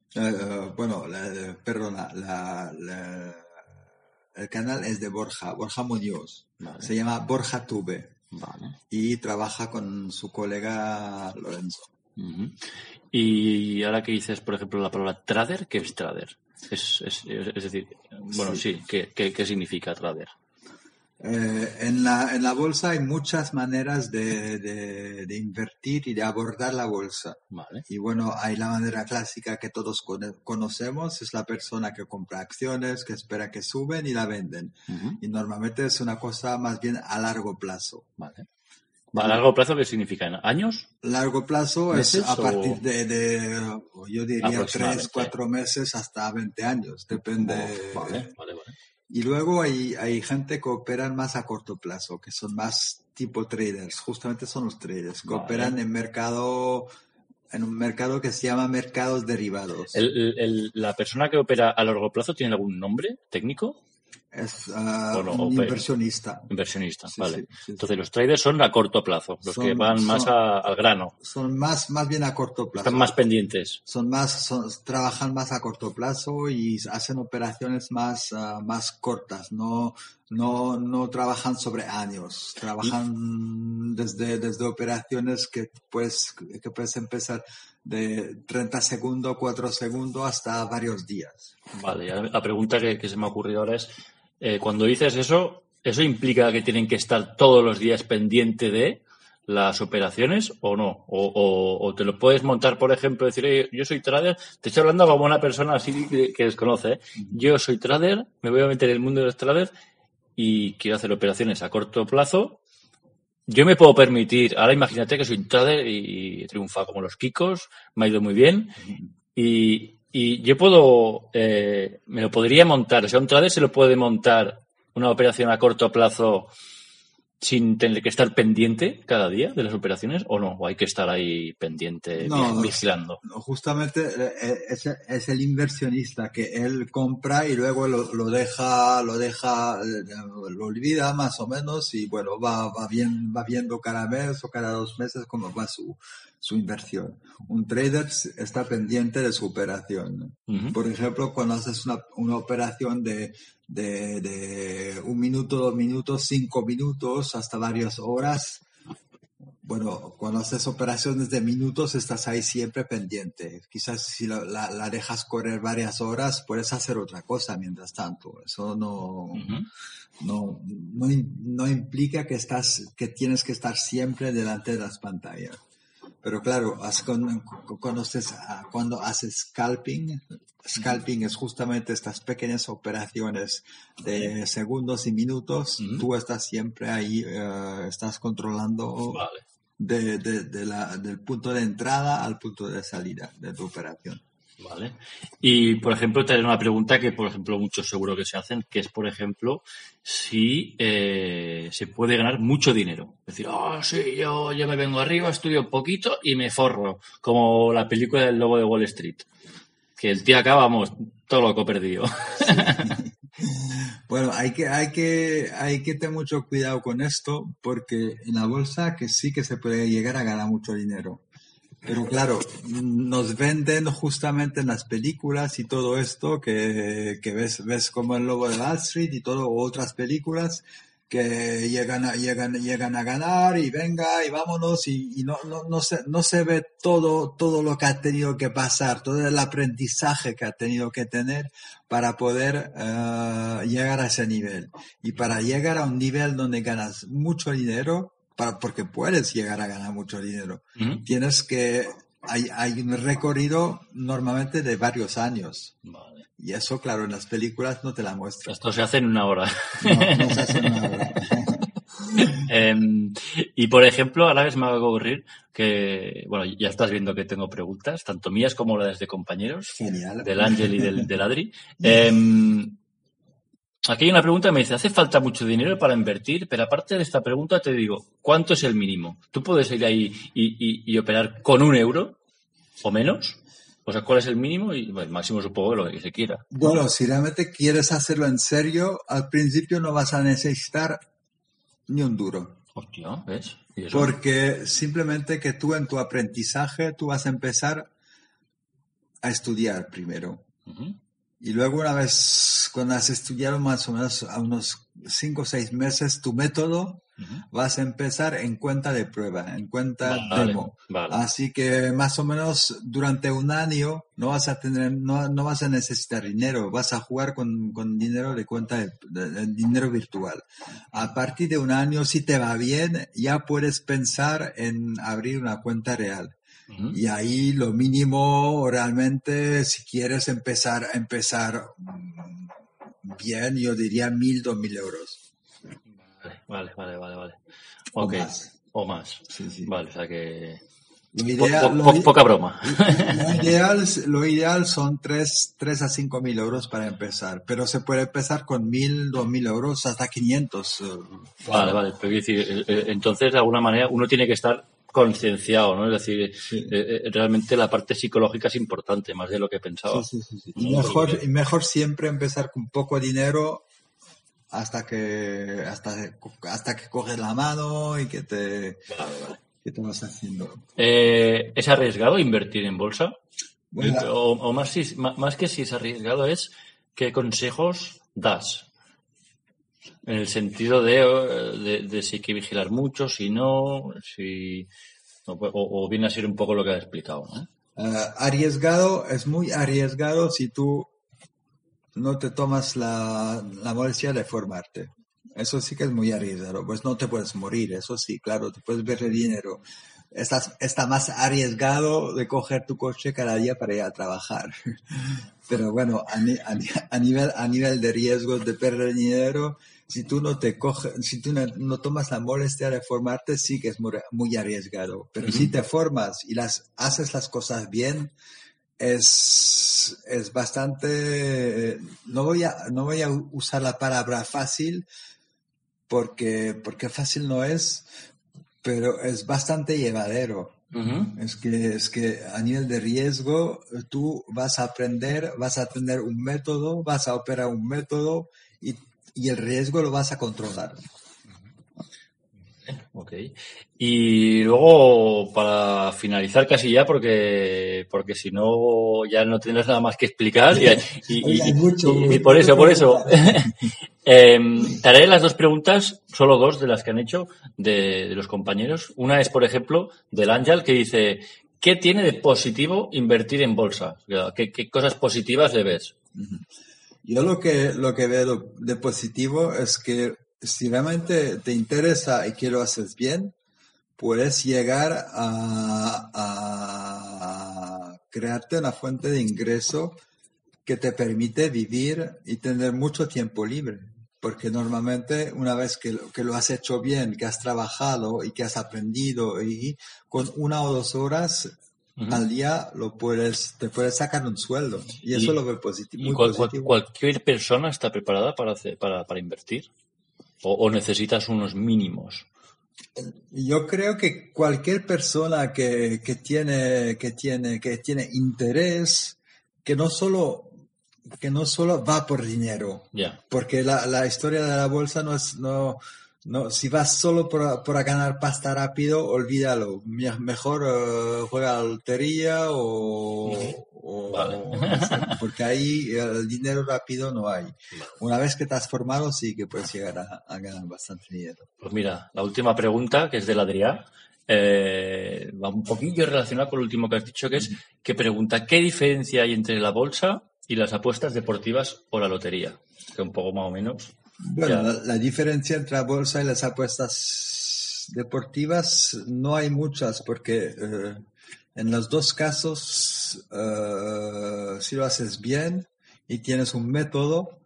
El canal es de Borja Muñoz. Vale. Se llama Borja Tube. Vale. Y trabaja con su colega Lorenzo. Y ahora que dices, por ejemplo, la palabra trader, ¿qué es trader? Es decir, bueno, sí, ¿qué significa trader? En la bolsa hay muchas maneras de invertir y de abordar la bolsa. Vale. Y bueno, hay la manera clásica que todos conocemos, es la persona que compra acciones, que espera que suben y la venden. Y normalmente es una cosa más bien a largo plazo. Vale. ¿A largo plazo qué significa? ¿En años? Largo plazo es a partir de yo diría 3, 4 meses hasta 20 años, depende. Vale. Y luego hay gente que operan más a corto plazo, que son más tipo traders, justamente son los traders, que operan en un mercado que se llama mercados derivados. ¿La persona que opera a largo plazo tiene algún nombre técnico? Es un inversionista. Inversionista, Sí, vale. Sí. Entonces los traders son a corto plazo, los que van más al grano. Son más bien a corto plazo. Están más pendientes. Trabajan más a corto plazo y hacen operaciones más cortas. No No trabajan sobre años, trabajan desde operaciones que puedes empezar de 30 segundos, 4 segundos hasta varios días. Vale, ya la pregunta que se me ha ocurrido ahora es, cuando dices eso implica que tienen que estar todos los días pendiente de las operaciones o no? O te lo puedes montar, por ejemplo, decir, yo soy trader, te estoy hablando como una persona así que desconoce, ¿eh? Yo soy trader, me voy a meter en el mundo de los traders y quiero hacer operaciones a corto plazo. Yo me puedo permitir, ahora imagínate que soy un trader y he triunfado como los Kikos, me ha ido muy bien y yo puedo, me lo podría montar, o sea, un trader se lo puede montar una operación a corto plazo sin tener que estar pendiente cada día de las operaciones, ¿o no? ¿O hay que estar ahí pendiente, vigilando? No, justamente es el inversionista que él compra y luego lo olvida más o menos y bueno, va viendo cada mes o cada 2 meses cómo va su inversión. Un trader está pendiente de su operación. Uh-huh. Por ejemplo, cuando haces una operación de 1 minuto, 2 minutos, 5 minutos, hasta varias horas. Bueno, cuando haces operaciones de minutos estás ahí siempre pendiente. Quizás si la dejas correr varias horas, puedes hacer otra cosa mientras tanto. Eso no implica que tienes que estar siempre delante de las pantallas. Pero claro, cuando haces scalping es justamente estas pequeñas operaciones de segundos y minutos. Uh-huh. Tú estás siempre ahí, estás controlando del punto de entrada al punto de salida de tu operación. Vale. Y, por ejemplo, te haré una pregunta que, por ejemplo, muchos seguro que se hacen, que es, por ejemplo, si se puede ganar mucho dinero. Es decir, sí, yo me vengo arriba, estudio un poquito y me forro, como la película del Lobo de Wall Street. Que el tío acaba, vamos, todo lo que he perdido. Sí. Bueno, hay que tener mucho cuidado con esto, porque en la bolsa que sí que se puede llegar a ganar mucho dinero. Pero claro, nos venden justamente en las películas y todo esto que ves como el Lobo de Wall Street y todo, otras películas que llegan a ganar y venga y vámonos y no se ve todo lo que ha tenido que pasar, todo el aprendizaje que ha tenido que tener para poder llegar a ese nivel. Y para llegar a un nivel donde ganas mucho dinero, porque puedes llegar a ganar mucho dinero, Uh-huh. hay un recorrido normalmente de varios años. Vale. Y eso, claro, en las películas no te la muestran. Esto se hace en 1 hora. No se hace en 1 hora. Y, por ejemplo, ahora me va a ocurrir que, bueno, ya estás viendo que tengo preguntas, tanto mías como las de compañeros. Genial. Del Ángel y del Adri. Aquí hay una pregunta que me dice, ¿hace falta mucho dinero para invertir? Pero aparte de esta pregunta te digo, ¿cuánto es el mínimo? ¿Tú puedes ir ahí y operar con 1 euro o menos? O sea, ¿cuál es el mínimo? Y bueno, el máximo supongo lo que se quiera. Bueno, si realmente quieres hacerlo en serio, al principio no vas a necesitar ni un duro. Hostia, ¿ves? ¿Y eso? Porque simplemente que tú en tu aprendizaje, tú vas a empezar a estudiar primero. Uh-huh. Y luego una vez, cuando has estudiado más o menos a unos 5 o 6 meses tu método, uh-huh, vas a empezar en cuenta de prueba, en cuenta demo. Vale. Así que más o menos durante 1 año no vas a necesitar dinero, vas a jugar con dinero de cuenta de dinero virtual. A partir de 1 año, si te va bien, ya puedes pensar en abrir una cuenta real. Uh-huh. Y ahí lo mínimo realmente, si quieres empezar bien, yo diría 1.000, 2.000 euros. Vale. Okay. O más. Sí. Vale, o sea que... Poca broma. Lo ideal son 3 a 5.000 euros para empezar, pero se puede empezar con 1.000, 2.000 euros hasta 500. Vale, pero quiero decir, entonces de alguna manera uno tiene que estar concienciado, ¿no? Es decir, sí, realmente la parte psicológica es importante, más de lo que pensaba. Sí. Y mejor siempre empezar con poco dinero hasta que coges la mano y que te... Vale. ¿Qué te vas haciendo? ¿Es arriesgado invertir en bolsa? Bueno, o más que si es arriesgado es ¿qué consejos das? En el sentido de si hay que vigilar mucho, si no, o viene a ser un poco lo que has explicado, ¿no? Arriesgado, es muy arriesgado si tú no te tomas la molestia de formarte. Eso sí que es muy arriesgado. Pues no te puedes morir, eso sí, claro, te puedes perder dinero. Está más arriesgado de coger tu coche cada día para ir a trabajar. Pero bueno, a nivel de riesgos de perder dinero, si tú no no tomas la molestia de formarte, sí que es muy arriesgado. Pero si te formas y haces las cosas bien, es bastante, no voy a usar la palabra fácil, porque fácil no es, pero es bastante llevadero. Es que a nivel de riesgo tú vas a aprender, vas a tener un método, vas a operar un método y el riesgo lo vas a controlar. Ok. Y luego, para finalizar casi ya, porque si no, ya no tendrás nada más que explicar. Y por eso. Te haré las dos preguntas, solo dos de las que han hecho de los compañeros. Una es, por ejemplo, del Ángel, que dice, ¿qué tiene de positivo invertir en bolsa? ¿Qué cosas positivas le ves? Yo lo que veo de positivo es que si realmente te interesa y que lo haces bien, puedes llegar a crearte una fuente de ingreso que te permite vivir y tener mucho tiempo libre. Porque normalmente una vez que lo has hecho bien, que has trabajado y que has aprendido, y con 1 o 2 horas al día te puedes sacar un sueldo. Y eso lo veo positivo. ¿Cualquier persona está preparada para invertir? ¿O necesitas unos mínimos? Yo creo que cualquier persona que tiene interés, que no solo va por dinero, porque la historia de la bolsa no si vas solo por ganar pasta rápido, olvídalo. Mejor juega a la lotería o no sé, porque ahí el dinero rápido no hay. Una vez que te has formado, sí que puedes llegar a ganar bastante dinero. Pues mira, la última pregunta, que es del Adrián, va un poquillo relacionada con lo último que has dicho, que pregunta, ¿qué diferencia hay entre la bolsa y las apuestas deportivas o la lotería? Que un poco más o menos. Bueno, la diferencia entre la bolsa y las apuestas deportivas no hay muchas, porque en los dos casos, si lo haces bien y tienes un método,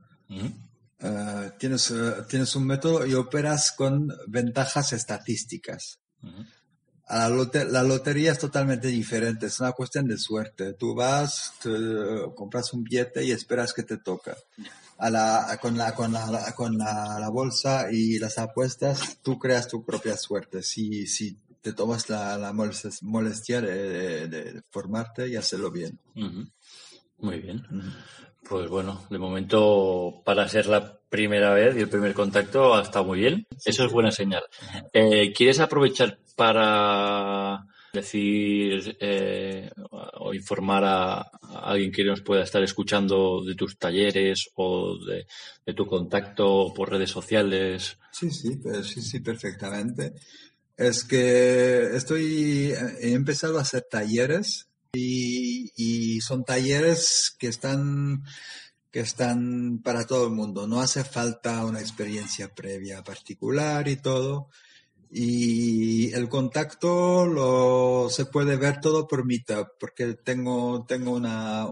tienes un método y operas con ventajas estadísticas. La lotería es totalmente diferente, es una cuestión de suerte. Tú vas, compras un billete y esperas que te toca. Con la bolsa y las apuestas, tú creas tu propia suerte. Si te tomas la molestia de formarte y hacerlo bien. Muy bien. Pues bueno, de momento, para ser la primera vez y el primer contacto, ha estado muy bien. Eso es buena señal. ¿Quieres aprovechar para decir o informar a alguien que nos pueda estar escuchando de tus talleres o de tu contacto por redes sociales? Sí, perfectamente. Es que he empezado a hacer talleres y son talleres que están para todo el mundo. No hace falta una experiencia previa particular y todo. Y el contacto se puede ver todo por Meetup, porque tengo una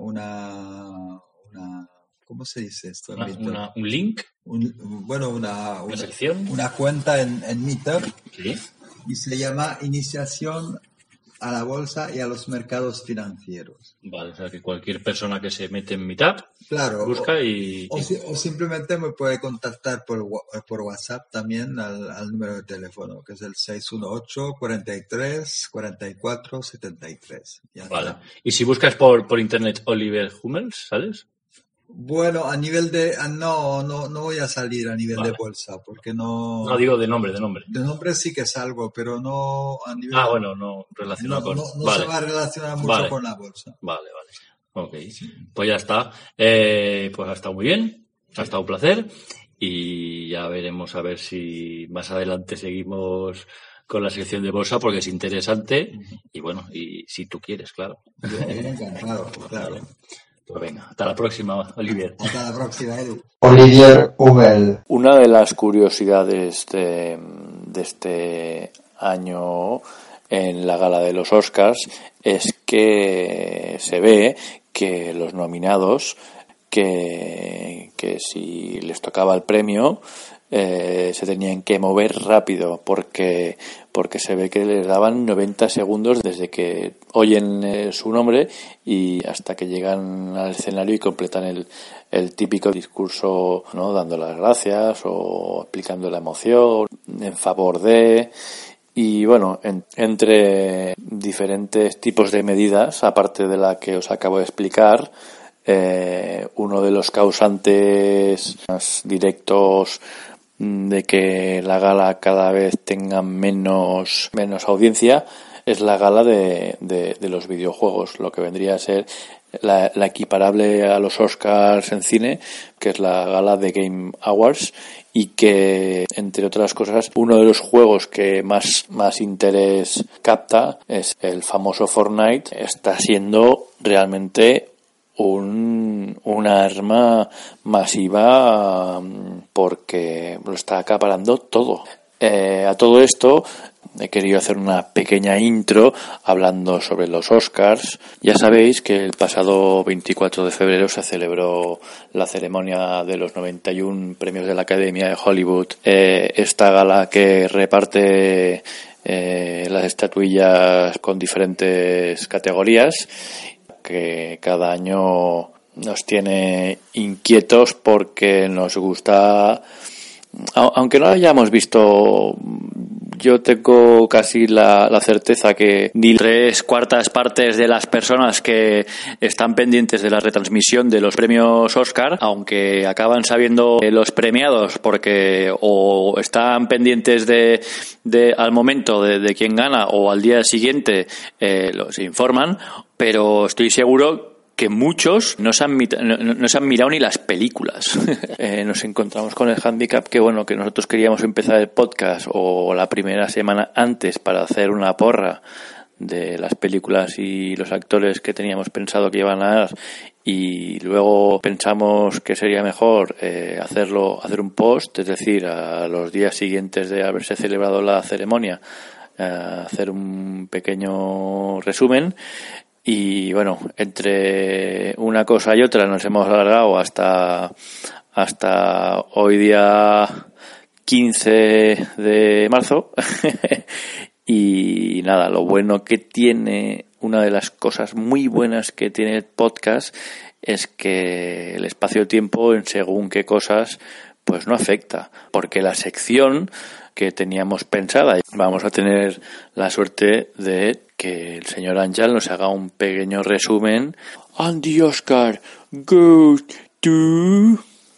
¿cómo se dice esto? ¿Un link? Una sección. Una cuenta en Meetup. ¿Sí? Y se llama Iniciación a la bolsa y a los mercados financieros. Vale, o sea que cualquier persona que se mete en Meetup, claro, busca o simplemente me puede contactar por WhatsApp también al número de teléfono, que es el 618 43 44 73. Vale. Está. Y si buscas por internet Oliver Hummels, ¿sales? Bueno, a nivel de... No voy a salir a nivel de bolsa, porque no... No, digo de nombre. De nombre sí que salgo, pero no a nivel... no relacionado con... No se va a relacionar mucho con la bolsa. Vale. Ok, pues ya está. Pues ha estado muy bien, ha estado un placer. y ya veremos a ver si más adelante seguimos con la sección de bolsa porque es interesante y bueno, y si tú quieres, claro. Yo encantado, claro. Pues venga, hasta la próxima, Olivier. Hasta la próxima, Edu. Olivier Ubel. Una de las curiosidades de este año en la gala de los Oscars es que se ve que los nominados que si les tocaba el premio se tenían que mover rápido porque se ve que les daban 90 segundos desde que oyen su nombre y hasta que llegan al escenario y completan el típico discurso, ¿no? Dando las gracias o explicando la emoción en favor de... Y bueno, entre diferentes tipos de medidas, aparte de la que os acabo de explicar, uno de los causantes más directos de que la gala cada vez tenga menos audiencia es la gala de los videojuegos, lo que vendría a ser la equiparable a los Oscars en cine, que es la gala de Game Awards, y que, entre otras cosas, uno de los juegos que más interés capta es el famoso Fortnite. Está siendo realmente una arma masiva porque lo está acaparando todo. A todo esto he querido hacer una pequeña intro hablando sobre los Oscars. Ya sabéis que el pasado 24 de febrero se celebró la ceremonia de los 91 premios de la Academia de Hollywood. Esta gala que reparte las estatuillas con diferentes categorías, que cada año nos tiene inquietos porque nos gusta, aunque no lo hayamos visto. Yo tengo casi la certeza que ni 3/4 partes de las personas que están pendientes de la retransmisión de los premios Oscar, aunque acaban sabiendo los premiados porque o están pendientes de al momento de quién gana o al día siguiente los informan, pero estoy seguro que muchos no se han mirado ni las películas. Nos encontramos con el hándicap que nosotros queríamos empezar el podcast o la primera semana antes para hacer una porra de las películas y los actores que teníamos pensado que iban a dar, y luego pensamos que sería mejor hacer un post, es decir, a los días siguientes de haberse celebrado la ceremonia, hacer un pequeño resumen. Y bueno, entre una cosa y otra nos hemos alargado hasta hoy día 15 de marzo. Y nada, lo bueno que tiene, una de las cosas muy buenas que tiene el podcast es que el espacio-tiempo en según qué cosas pues no afecta, porque la sección que teníamos pensada, vamos a tener la suerte de que el señor Ángel nos haga un pequeño resumen. And the Oscar goes to...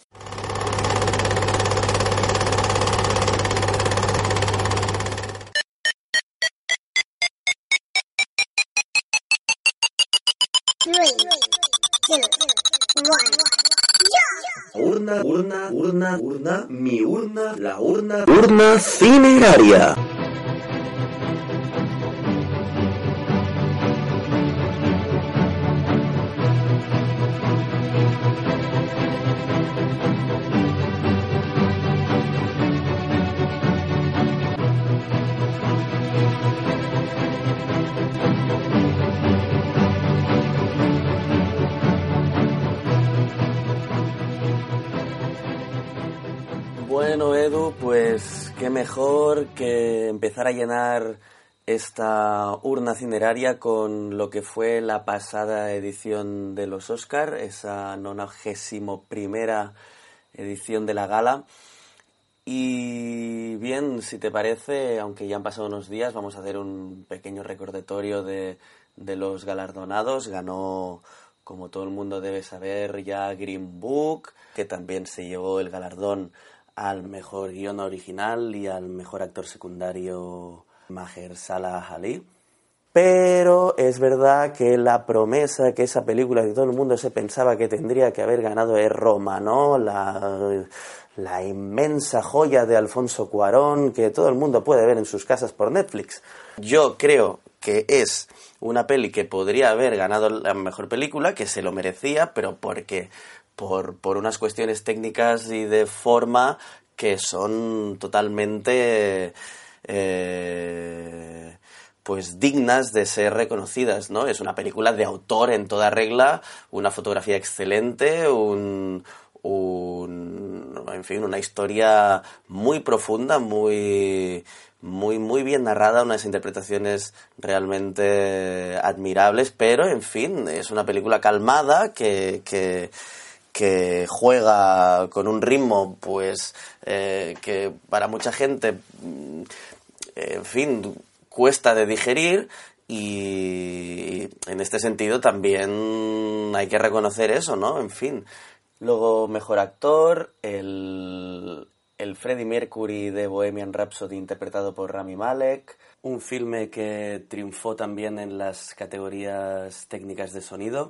Urna, mi urna, la urna. Urna cineraria. Bueno, Edu, pues qué mejor que empezar a llenar esta urna cineraria con lo que fue la pasada edición de los Oscar, esa 91ª edición de la gala. Y bien, si te parece, aunque ya han pasado unos días, vamos a hacer un pequeño recordatorio de los galardonados. Ganó, como todo el mundo debe saber, ya Green Book, que también se llevó el galardón al mejor guión original y al mejor actor secundario Mahershala Ali. Pero es verdad que la promesa, que esa película que todo el mundo se pensaba que tendría que haber ganado es Roma, ¿no? La inmensa joya de Alfonso Cuarón que todo el mundo puede ver en sus casas por Netflix. Yo creo que es una peli que podría haber ganado la mejor película, que se lo merecía, pero porque por unas cuestiones técnicas y de forma que son totalmente pues dignas de ser reconocidas, ¿no? Es una película de autor en toda regla, una fotografía excelente, en fin, una historia muy profunda, muy bien narrada, unas interpretaciones realmente admirables, pero, en fin, es una película calmada que juega con un ritmo, pues, que para mucha gente, en fin, cuesta de digerir, y en este sentido también hay que reconocer eso, ¿no? En fin. Luego, mejor actor, el Freddie Mercury de Bohemian Rhapsody interpretado por Rami Malek, un filme que triunfó también en las categorías técnicas de sonido.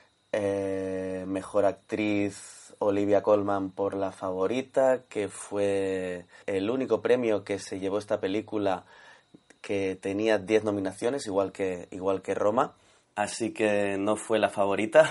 Mejor actriz, Olivia Colman por La Favorita, que fue el único premio que se llevó esta película, que tenía 10 nominaciones, igual que Roma, así que no fue La Favorita.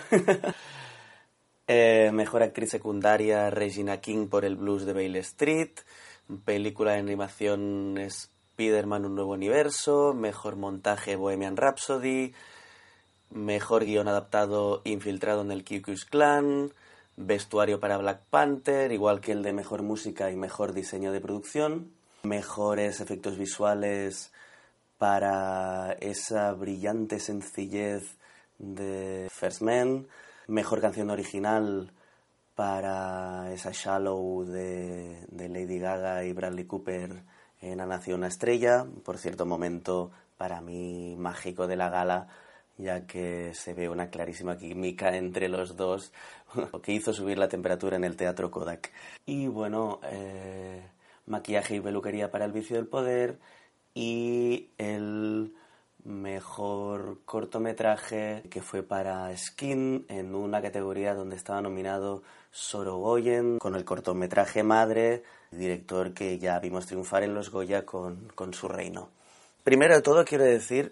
Mejor actriz secundaria, Regina King por El blues de Beale Street. Película de animación, Spider-Man Un nuevo universo. Mejor montaje, Bohemian Rhapsody. Mejor guión adaptado, Infiltrado en el Ku Klux Klan. Vestuario para Black Panther, igual que el de mejor música y mejor diseño de producción. Mejores efectos visuales para esa brillante sencillez de First Man. Mejor canción original para esa Shallow de Lady Gaga y Bradley Cooper en Ha nacido una estrella. Por cierto, momento para mí mágico de la gala, ya que se ve una clarísima química entre los dos, que hizo subir la temperatura en el Teatro Kodak. Y bueno, maquillaje y peluquería para El vicio del poder, y el mejor cortometraje, que fue para Skin, en una categoría donde estaba nominado Sorogoyen con el cortometraje Madre, director que ya vimos triunfar en los Goya con Su reino. Primero de todo quiero decir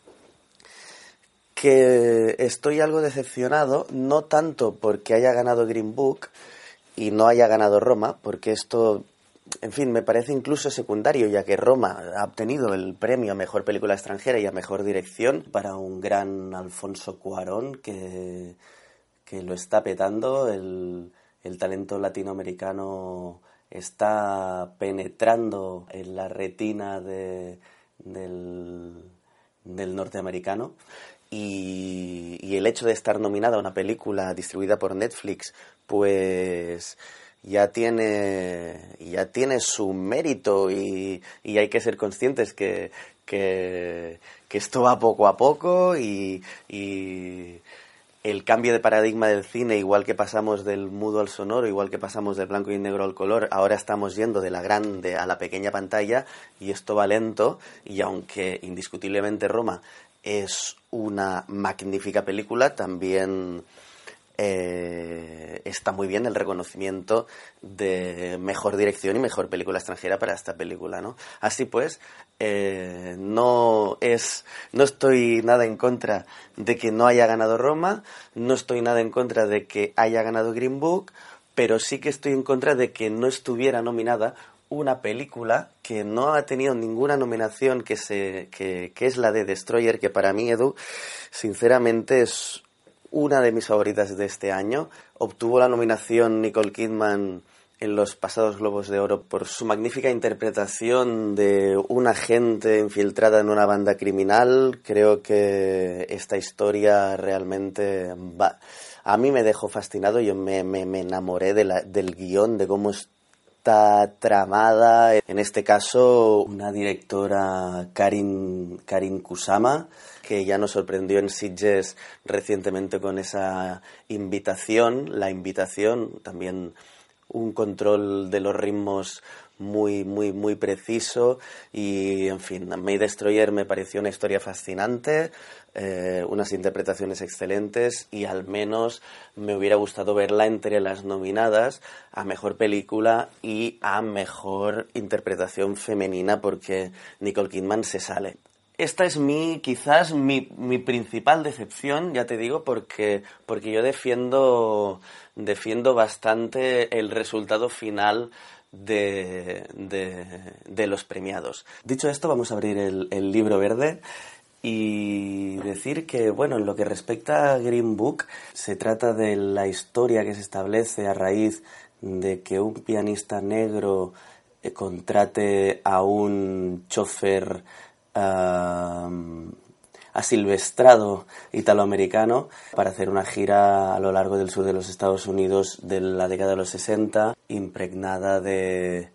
que estoy algo decepcionado, no tanto porque haya ganado Green Book y no haya ganado Roma, porque esto, en fin, me parece incluso secundario, ya que Roma ha obtenido el premio a Mejor Película Extranjera y a Mejor Dirección para un gran Alfonso Cuarón que lo está petando. El talento latinoamericano está penetrando en la retina del norteamericano. Y el hecho de estar nominada a una película distribuida por Netflix, pues ya tiene su mérito, y hay que ser conscientes que esto va poco a poco, y el cambio de paradigma del cine, igual que pasamos del mudo al sonoro, igual que pasamos del blanco y negro al color, ahora estamos yendo de la grande a la pequeña pantalla, y esto va lento. Y aunque indiscutiblemente Roma es una magnífica película, también está muy bien el reconocimiento de mejor dirección y mejor película extranjera para esta película, ¿no? Así pues, no estoy nada en contra de que no haya ganado Roma, no estoy nada en contra de que haya ganado Green Book, pero sí que estoy en contra de que no estuviera nominada una película que no ha tenido ninguna nominación, que es la de Destroyer, que para mí, Edu, sinceramente es una de mis favoritas de este año. Obtuvo la nominación Nicole Kidman en los pasados Globos de Oro por su magnífica interpretación de una agente infiltrada en una banda criminal. Creo que esta historia realmente a mí me dejó fascinado. Yo me enamoré del guión, de cómo está tramada. En este caso, una directora, Karin Kusama, que ya nos sorprendió en Sitges recientemente con esa invitación, también un control de los ritmos muy preciso y, en fin, May Destroyer me pareció una historia fascinante, unas interpretaciones excelentes y al menos me hubiera gustado verla entre las nominadas a Mejor Película y a Mejor Interpretación Femenina, porque Nicole Kidman se sale. Esta es quizás mi principal decepción, ya te digo, porque yo defiendo bastante el resultado final de los premiados. Dicho esto, vamos a abrir el libro verde y decir que, bueno, en lo que respecta a Green Book, se trata de la historia que se establece a raíz de que un pianista negro contrate a un chofer asilvestrado italoamericano para hacer una gira a lo largo del sur de los Estados Unidos de la década de los 60, impregnada de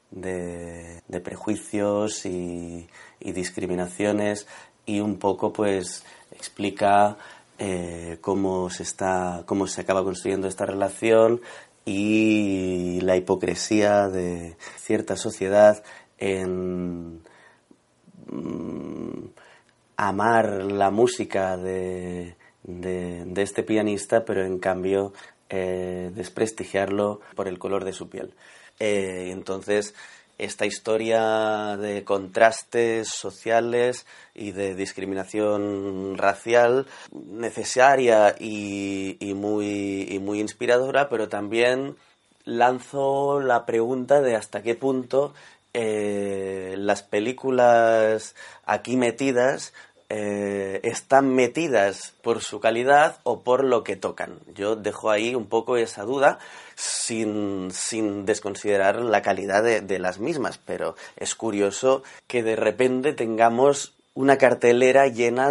prejuicios y discriminaciones, y un poco pues explica cómo se acaba construyendo esta relación y la hipocresía de cierta sociedad en amar la música de este pianista, pero en cambio desprestigiarlo por el color de su piel. Entonces, esta historia de contrastes sociales y de discriminación racial necesaria y muy inspiradora, pero también lanzo la pregunta de hasta qué punto las películas aquí metidas están metidas por su calidad o por lo que tocan. Yo dejo ahí un poco esa duda sin desconsiderar la calidad de las mismas, pero es curioso que de repente tengamos una cartelera llena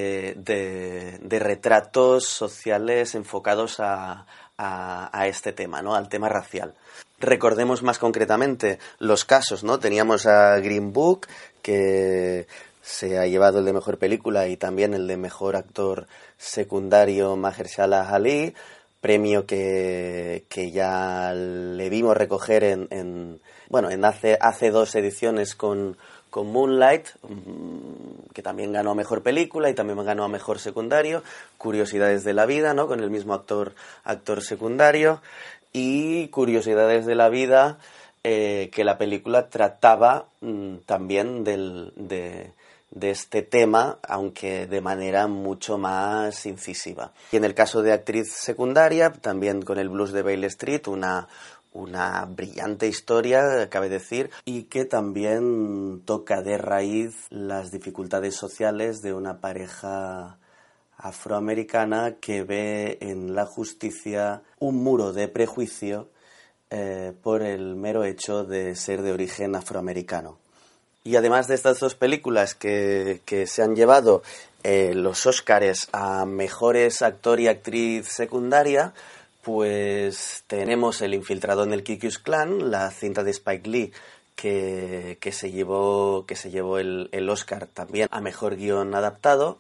de retratos sociales enfocados a este tema, ¿no? Al tema racial. Recordemos más concretamente los casos, ¿no? Teníamos a Green Book, que se ha llevado el de Mejor Película y también el de Mejor Actor Secundario Mahershala Ali, premio que ya le vimos recoger en hace 2 ediciones con Moonlight, que también ganó a Mejor Película y también ganó a Mejor Secundario. Curiosidades de la vida, ¿no? Con el mismo actor secundario. Y curiosidades de la vida, que la película trataba también de este tema, aunque de manera mucho más incisiva. Y en el caso de actriz secundaria, también con El blues de Beale Street, una brillante historia, cabe decir, y que también toca de raíz las dificultades sociales de una pareja afroamericana que ve en la justicia un muro de prejuicio por el mero hecho de ser de origen afroamericano. Y además de estas 2 películas que se han llevado los Óscares a mejores actor y actriz secundaria, pues tenemos El infiltrado en el Ku Klux Klan, la cinta de Spike Lee, que se llevó el Óscar también a mejor guión adaptado.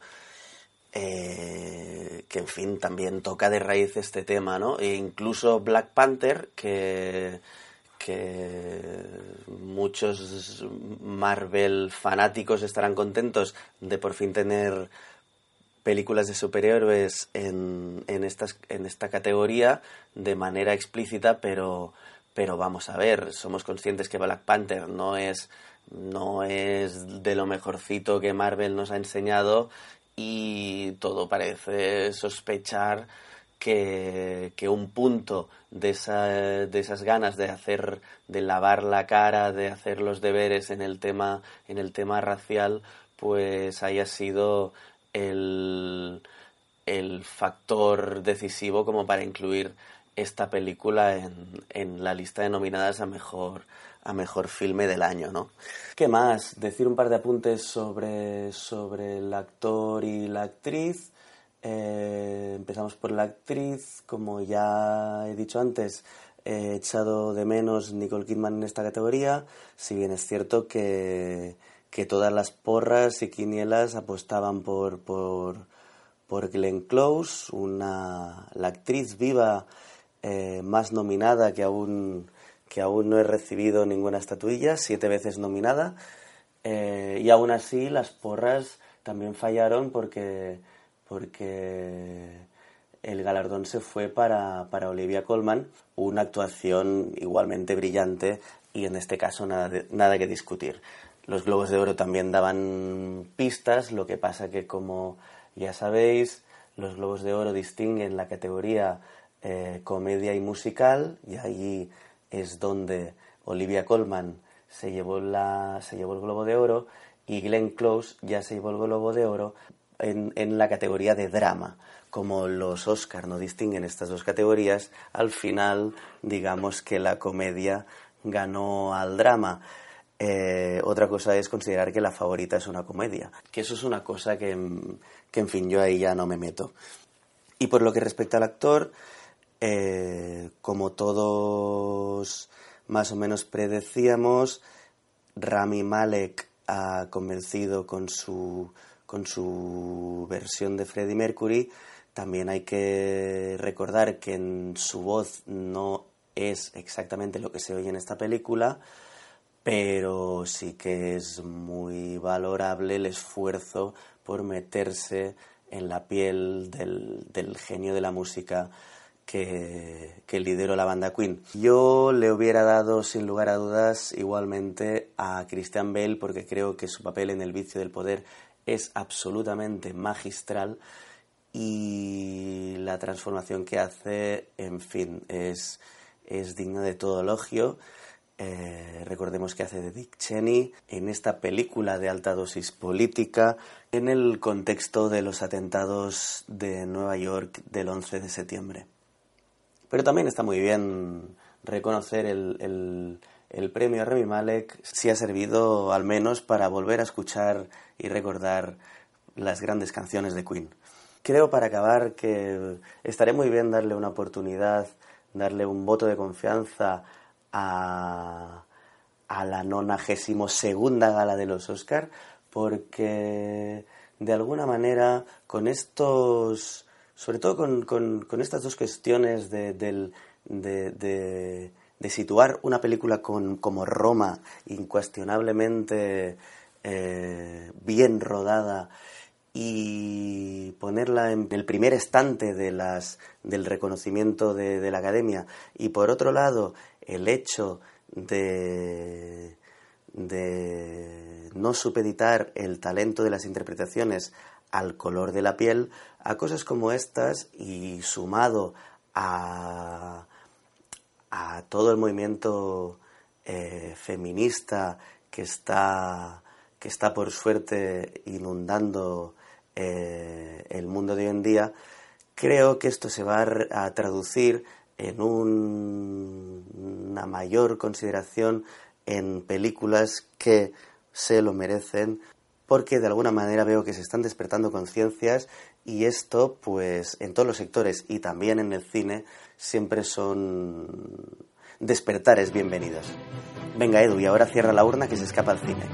Que en fin también toca de raíz este tema, ¿no? E incluso Black Panther, que muchos Marvel fanáticos estarán contentos de por fin tener películas de superhéroes en esta categoría de manera explícita, pero vamos a ver, somos conscientes que Black Panther no es de lo mejorcito que Marvel nos ha enseñado. Y todo parece sospechar que un punto de esas ganas de lavar la cara, de hacer los deberes en el tema racial, pues haya sido el factor decisivo como para incluir esta película en la lista de nominadas a mejor filme del año, ¿no? ¿Qué más? Decir un par de apuntes sobre el actor y la actriz. Empezamos por la actriz. Como ya he dicho antes, he echado de menos Nicole Kidman en esta categoría, si bien es cierto que todas las porras y quinielas apostaban por Glenn Close, la actriz viva más nominada, que aún no he recibido ninguna estatuilla, 7 veces nominada, y aún así las porras también fallaron porque el galardón se fue para Olivia Colman, una actuación igualmente brillante y en este caso nada que discutir. Los Globos de Oro también daban pistas, lo que pasa que, como ya sabéis, los Globos de Oro distinguen la categoría comedia y musical, y ahí es donde Olivia Colman se llevó el Globo de Oro, y Glenn Close ya se llevó el Globo de Oro en la categoría de drama. Como los Oscar no distinguen estas dos categorías, al final digamos que la comedia ganó al drama. Otra cosa es considerar que la favorita es una comedia, que eso es una cosa que en fin, yo ahí ya no me meto. Y por lo que respecta al actor, como todos más o menos predecíamos, Rami Malek ha convencido con su versión de Freddie Mercury. También hay que recordar que en su voz no es exactamente lo que se oye en esta película, pero sí que es muy valorable el esfuerzo por meterse en la piel del genio de la música que lideró la banda Queen. Yo le hubiera dado sin lugar a dudas igualmente a Christian Bale, porque creo que su papel en El vicio del poder es absolutamente magistral y la transformación que hace, en fin, es digna de todo elogio. Recordemos que hace de Dick Cheney en esta película de alta dosis política en el contexto de los atentados de Nueva York del 11 de septiembre. Pero también está muy bien reconocer el premio a Rami Malek, si ha servido al menos para volver a escuchar y recordar las grandes canciones de Queen. Creo, para acabar, que estaría muy bien darle una oportunidad, darle un voto de confianza a la 92ª gala de los Oscar, porque de alguna manera con estos, sobre todo con estas dos cuestiones de situar una película como Roma, incuestionablemente bien rodada, y ponerla en el primer estante del reconocimiento de la Academia, y por otro lado el hecho de no supeditar el talento de las interpretaciones al color de la piel, a cosas como estas, y sumado a todo el movimiento feminista que está por suerte inundando el mundo de hoy en día, creo que esto se va a traducir en una mayor consideración en películas que se lo merecen, porque de alguna manera veo que se están despertando conciencias, y esto, pues, en todos los sectores y también en el cine, siempre son despertares bienvenidos. Venga, Edu, y ahora cierra la urna, que se escapa al cine.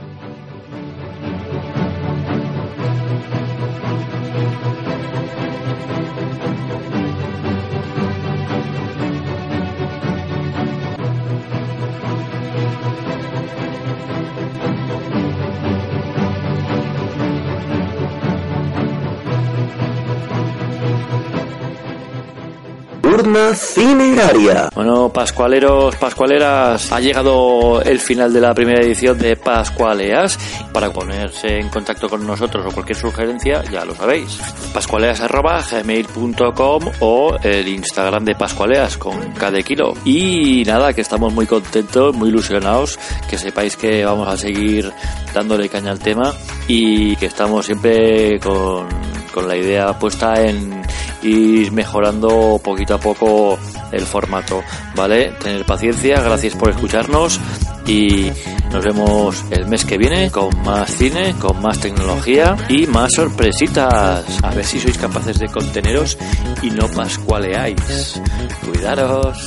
Urna cineraria. Bueno, pascualeros, pascualeras, ha llegado el final de la primera edición de Pascualeas. Para ponerse en contacto con nosotros o cualquier sugerencia, ya lo sabéis, pascualeas@gmail.com o el Instagram de Pascualeas con K de kilo. Y nada, que estamos muy contentos, muy ilusionados, que sepáis que vamos a seguir dándole caña al tema y que estamos siempre con la idea puesta en ir mejorando poquito a poco el formato, ¿vale? Tener paciencia, gracias por escucharnos y nos vemos el mes que viene con más cine, con más tecnología y más sorpresitas. A ver si sois capaces de conteneros y no pascualeáis. Cuidaros.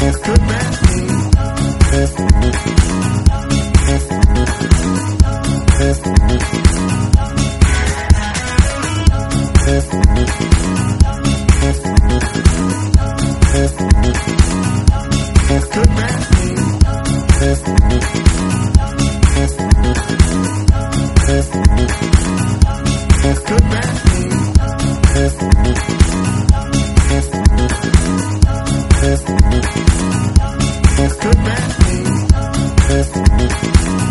Good man. Good bad